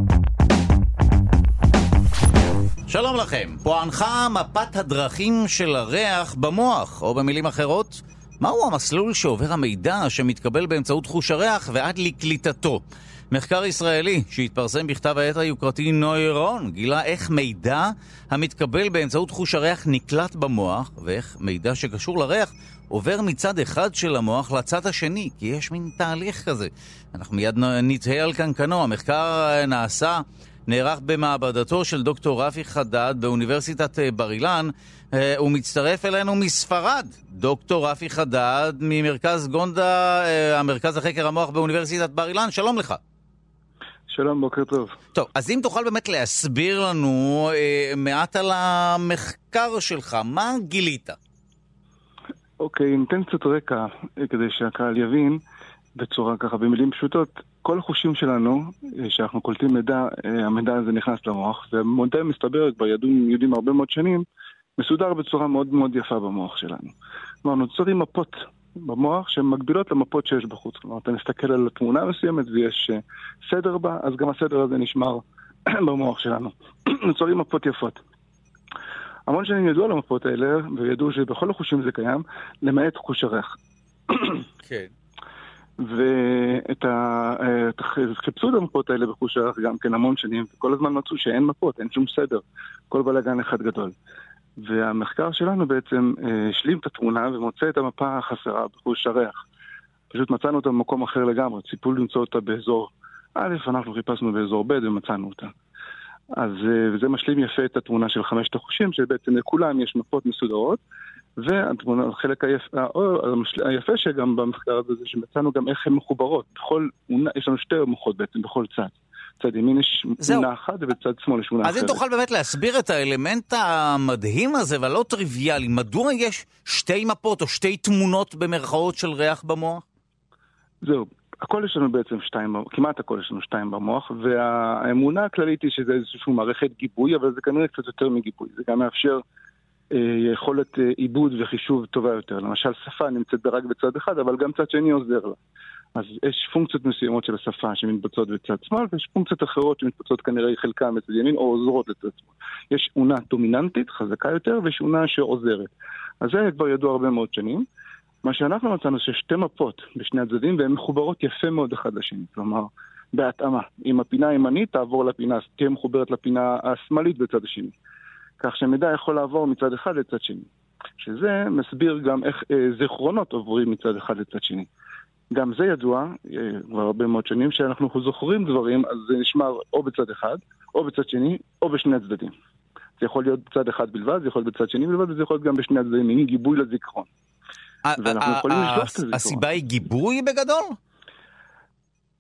שלום לכם, פוענחה מפת הדרכים של הריח במוח, או במילים אחרות, מהו המסלול שעובר המידע שמתקבל באמצעות חוש הריח ועד לקליטתו? מחקר ישראלי שהתפרסם בכתב העת היוקרתי נוירון גילה איך מידע המתקבל באמצעות חוש הריח נקלט במוח, ואיך מידע שקשור לריח עובר מצד אחד של המוח לצד השני, כי יש מין תהליך כזה. אנחנו מיד נתהה על קנקנו. המחקר נעשה... נערך במעבדתו של דוקטור רפי חדד באוניברסיטת בר אילן. הוא מצטרף אלינו מספרד. דוקטור רפי חדד ממרכז גונדה, המרכז לחקר המוח באוניברסיטת בר אילן. שלום לך. שלום, בוקר טוב. טוב, אז אם תוכל באמת להסביר לנו מעט על המחקר שלך, מה גילית? אוקיי, ניתן קצת רקע כדי שהקהל יבין בצורה ככה, במילים פשוטות. כל החושים שלנו, שאנחנו קולטים מידע, המידע הזה נכנס למוח, והמודל מסתבר, כבר ידעים, יודעים הרבה מאוד שנים, מסודר בצורה מאוד מאוד יפה במוח שלנו. כלומר, נוצרים מפות במוח שהן מקבילות למפות שיש בחוץ. כלומר, אתה מסתכל על התמונה מסוימת ויש סדר בה, אז גם הסדר הזה נשמר במוח שלנו. נוצרים מפות יפות. המון שנים ידעו על המפות האלה, וידעו שבכל החושים זה קיים, למעט חוש הריח. כן. ואת חיפשו את המפות האלה בחוש הריח גם כן המון שנים, וכל הזמן מצאו שאין מפות, אין שום סדר, כל בלגן אחד גדול. והמחקר שלנו בעצם השלים את התמונה ומוצא את המפה החסרה בחוש הריח. פשוט מצאנו אותה במקום אחר לגמרי, ציפו למצוא אותה באזור א', אנחנו חיפשנו באזור ב' ומצאנו אותה. אז זה משלים יפה את התמונה של חמשת החושים, שבעצם לכולם יש מפות מסודרות, והחלק היפה, היפה שגם במחקר הזה זה שמצאנו גם איך הן מחוברות. בכל, יש לנו שתי מוחות בעצם בכל צד. צד ימין יש תמונה אחת ובצד שמאל יש תמונה אחרת. אז אם תוכל באמת להסביר את האלמנט המדהים הזה והלא טריוויאלי, מדוע יש שתי מפות או שתי תמונות במרכאות של ריח במוח? זהו, הכל יש לנו בעצם שתיים, כמעט הכל יש לנו שתיים במוח, והאמונה הכללית היא שזה איזושהי מערכת גיבוי, אבל זה כנראה קצת יותר מגיבוי. זה גם מאפשר יכולת עיבוד וחישוב טובה יותר. למשל, שפה נמצאת רק בצד אחד, אבל גם צד שני עוזר לה. אז יש פונקציות מסוימות של השפה שמתבצעות בצד שמאל, ויש פונקציות אחרות שמתבצעות כנראה חלקם בצד ימין, או עוזרות לצד שמאל. יש עונה דומיננטית, חזקה יותר, ויש עונה שעוזרת. אז זה כבר ידוע הרבה מאוד שנים. מה שאנחנו מצאנו ששתי מפות בשני הצדדים, והן מחוברות יפה מאוד אחד לשני. כלומר, בהתאמה. אם הפינה הימנית תעבור לפינה, תהיה מחוברת לפינה השמאלית בצד השני. כך שמידע יכול לעבור מצד אחד לצד שני. שזה מסביר גם איך אה, זיכרונות עוברים מצד אחד לצד שני. גם זה ידוע, אה, כבר הרבה מאוד שנים, שאנחנו זוכרים דברים, אז זה נשמר או בצד אחד, או בצד שני, או בשני הצדדים. זה יכול להיות בצד אחד בלבד, זה יכול להיות בצד שני בלבד, וזה יכול להיות גם בשני הצדדים, עם גיבוי לזיכרון. ואנחנו יכולים לשלוף את הזיכרון. הסיבה היא גיבוי בגדול?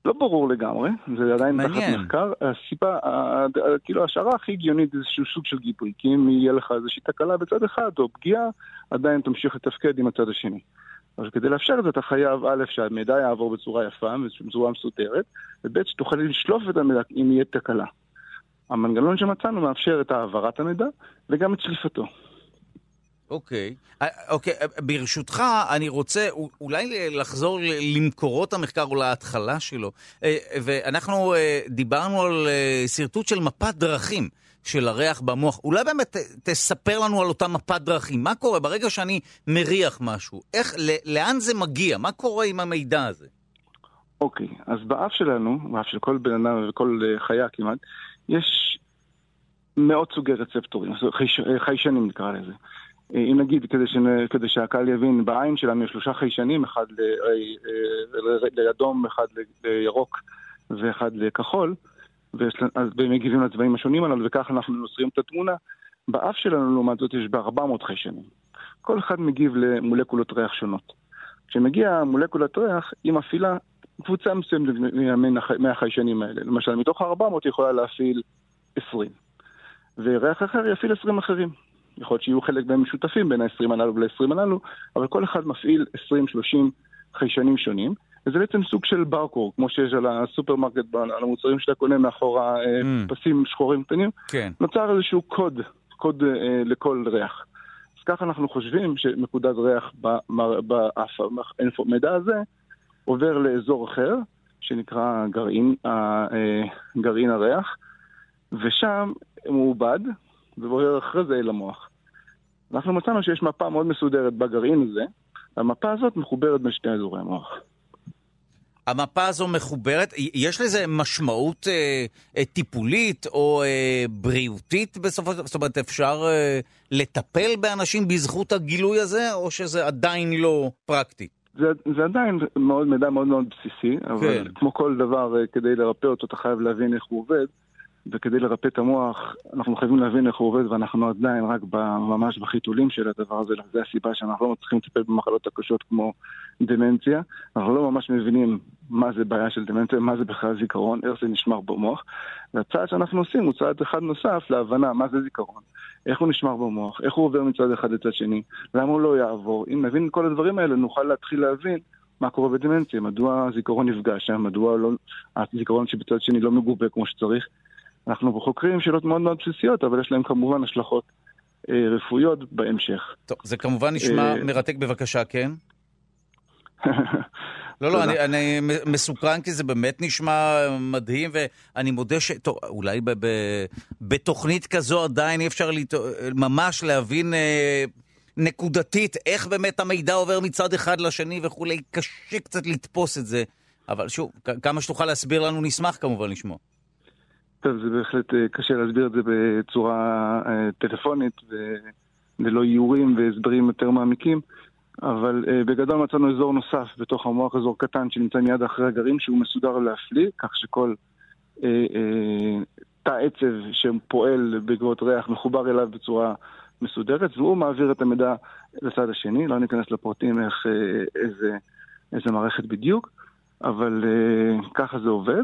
לא ברור לגמרי, זה עדיין תחת מחקר. הסיבה, כאילו ההשערה הכי הגיונית זה איזשהו סוג של גיבוי, כי אם יהיה לך איזושהי תקלה בצד אחד או פגיעה, עדיין תמשיך לתפקד עם הצד השני. אז כדי לאפשר את זה אתה חייב א' שהמידע יעבור בצורה יפה, בצורה מסודרת, וב' שתוכל לשלוף את המידע אם יהיה תקלה. המנגנון שמצאנו מאפשר את העברת המידע וגם את שליפתו. אוקיי, אוקיי, ברשותך אני רוצה אולי לחזור למקורות המחקר או להתחלה שלו, ואנחנו דיברנו על סרטוט של מפת דרכים של הריח במוח. אולי באמת תספר לנו על אותה מפת דרכים, מה קורה ברגע שאני מריח משהו, איך, לאן זה מגיע, מה קורה עם המידע הזה? אוקיי, אז באף שלנו, באף של כל בן אדם וכל חיה כמעט, יש מאות סוגי רצפטורים, חיישנים נקרא לזה. אם נגיד, כדי, ש... כדי שהקהל יבין, בעין שלנו יש שלושה חיישנים, אחד ל... לאדום, אחד לירוק ואחד לכחול, ויש... אז הם מגיבים לצבעים השונים עליו, וכך אנחנו נוסרים את התמונה. באף שלנו, לעומת זאת, יש ב-ארבע מאות חיישנים. כל אחד מגיב למולקולות ריח שונות. כשמגיע מולקולת ריח, היא מפעילה קבוצה מסוימת מהחיישנים האלה. למשל, מתוך ה-ארבע מאות היא יכולה להפעיל עשרים. וריח אחר יפעיל עשרים אחרים. יכול להיות שיהיו חלק בהם משותפים בין ה-עשרים הללו ול-עשרים הללו, אבל כל אחד מפעיל עשרים שלושים חיישנים שונים, וזה בעצם סוג של ברקור, כמו שיש על הסופרמרקט, על המוצרים שאתה קונה מאחורה mm. פסים שחורים קטנים, כן. נוצר איזשהו קוד, קוד אה, לכל ריח. אז ככה אנחנו חושבים שנקודת ריח במידע הזה עובר לאזור אחר, שנקרא גרעין, אה, גרעין הריח, ושם הוא עובד, ועובר אחרי זה אל המוח. אנחנו מצאנו שיש מפה מאוד מסודרת בגרעין הזה, המפה הזאת מחוברת בין שני אזורי המוח. המפה הזו מחוברת, יש לזה משמעות אה, אה, טיפולית או אה, בריאותית בסופו של דבר? זאת אומרת, אפשר אה, לטפל באנשים בזכות הגילוי הזה, או שזה עדיין לא פרקטי? זה, זה עדיין מאוד, מידע מאוד מאוד בסיסי, אבל כן. כמו כל דבר, אה, כדי לרפא אותו, אתה חייב להבין איך הוא עובד, וכדי לרפא את המוח, אנחנו חייבים להבין איך הוא עובד, ואנחנו עדיין רק ממש בחיתולים של הדבר הזה. זה הסיבה שאנחנו לא מצליחים לטפל במחלות הקשות כמו דמנציה. אנחנו לא ממש מבינים מה זה בעיה של דמנציה, מה זה בכלל זיכרון, איך זה נשמר במוח. והצעד שאנחנו עושים הוא צעד אחד נוסף להבנה מה זה זיכרון, איך הוא נשמר במוח, איך הוא עובר מצד אחד לצד שני, למה הוא לא יעבור. אם נבין כל הדברים האלה, נוכל להתחיל להבין מה קורה בדמנציה, מדוע הזיכרון נפגע שם, מדוע לא, הזיכרון שבצד שני לא מגובה כמו שצריך. אנחנו חוקרים שאלות מאוד מאוד בסיסיות, אבל יש להם כמובן השלכות אה, רפואיות בהמשך. טוב, זה כמובן נשמע אה... מרתק בבקשה, כן? לא, לא, אני, אני מסוקרן כי זה באמת נשמע מדהים, ואני מודה ש... טוב, אולי ב- ב- בתוכנית כזו עדיין אי אפשר לי, ממש להבין אה, נקודתית איך באמת המידע עובר מצד אחד לשני וכולי, קשה קצת לתפוס את זה, אבל שוב, כמה שתוכל להסביר לנו נשמח כמובן לשמוע. טוב, זה בהחלט קשה להסביר את זה בצורה טלפונית וללא איורים והסברים יותר מעמיקים, אבל בגדול מצאנו אזור נוסף בתוך המוח, אזור קטן שנמצא מיד אחרי הגרעין, שהוא מסודר להפליא, כך שכל תא עצב שפועל בעקבות ריח מחובר אליו בצורה מסודרת, והוא מעביר את המידע לצד השני. לא ניכנס לפרטים איך, איזה, איזה מערכת בדיוק, אבל ככה זה עובד.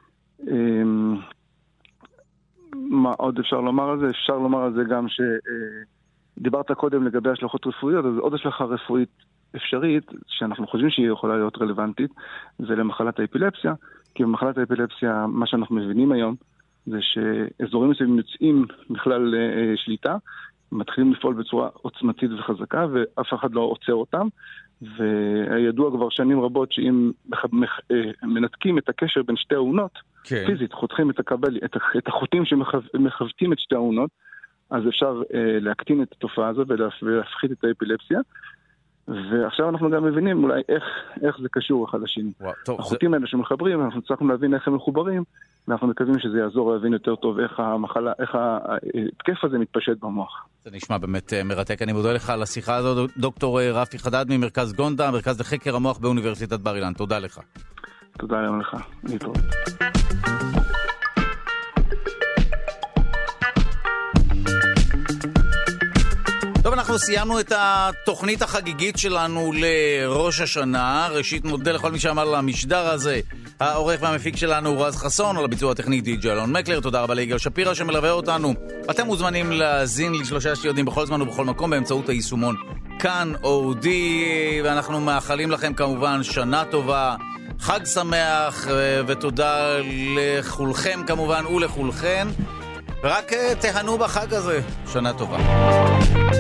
מה עוד אפשר לומר על זה? אפשר לומר על זה גם שדיברת קודם לגבי השלכות רפואיות, אז עוד השלכה רפואית אפשרית, שאנחנו חושבים שהיא יכולה להיות רלוונטית, זה למחלת האפילפסיה, כי במחלת האפילפסיה, מה שאנחנו מבינים היום, זה שאזורים מסוימים יוצאים בכלל שליטה, מתחילים לפעול בצורה עוצמתית וחזקה, ואף אחד לא עוצר אותם, וידוע כבר שנים רבות שאם מנתקים את הקשר בין שתי העונות, כן. פיזית, חותכים את, הקבל, את, את החוטים שמחבטים את שתי העונות, אז אפשר אה, להקטין את התופעה הזו ולהפחית את האפילפסיה. ועכשיו אנחנו גם מבינים אולי איך, איך זה קשור אחד לשני. וואו, טוב, החוטים זה... האלה שמחברים, אנחנו צריכים להבין איך הם מחוברים, ואנחנו מקווים שזה יעזור להבין יותר טוב איך המחלה, איך התקף הזה מתפשט במוח. זה נשמע באמת מרתק. אני מודה לך על השיחה הזו, דוקטור רפי חדד ממרכז גונדה, מרכז לחקר המוח באוניברסיטת בר אילן. תודה לך. תודה גם לך. להתראות. טוב, אנחנו סיימנו את התוכנית החגיגית שלנו לראש השנה. ראשית, נודה לכל מי שאמר למשדר הזה העורך והמפיק שלנו הוא רז חסון, על הביצוע הטכני די.ג'יי אלון מקלר. תודה רבה ליגאל שפירא שמלווה אותנו. אתם מוזמנים להזין לשלושה שיודעים בכל זמן ובכל מקום באמצעות היישומון כאן אודי, ואנחנו מאחלים לכם כמובן שנה טובה, חג שמח, ותודה לכולכם כמובן ולכולכן, ורק תהנו בחג הזה. שנה טובה.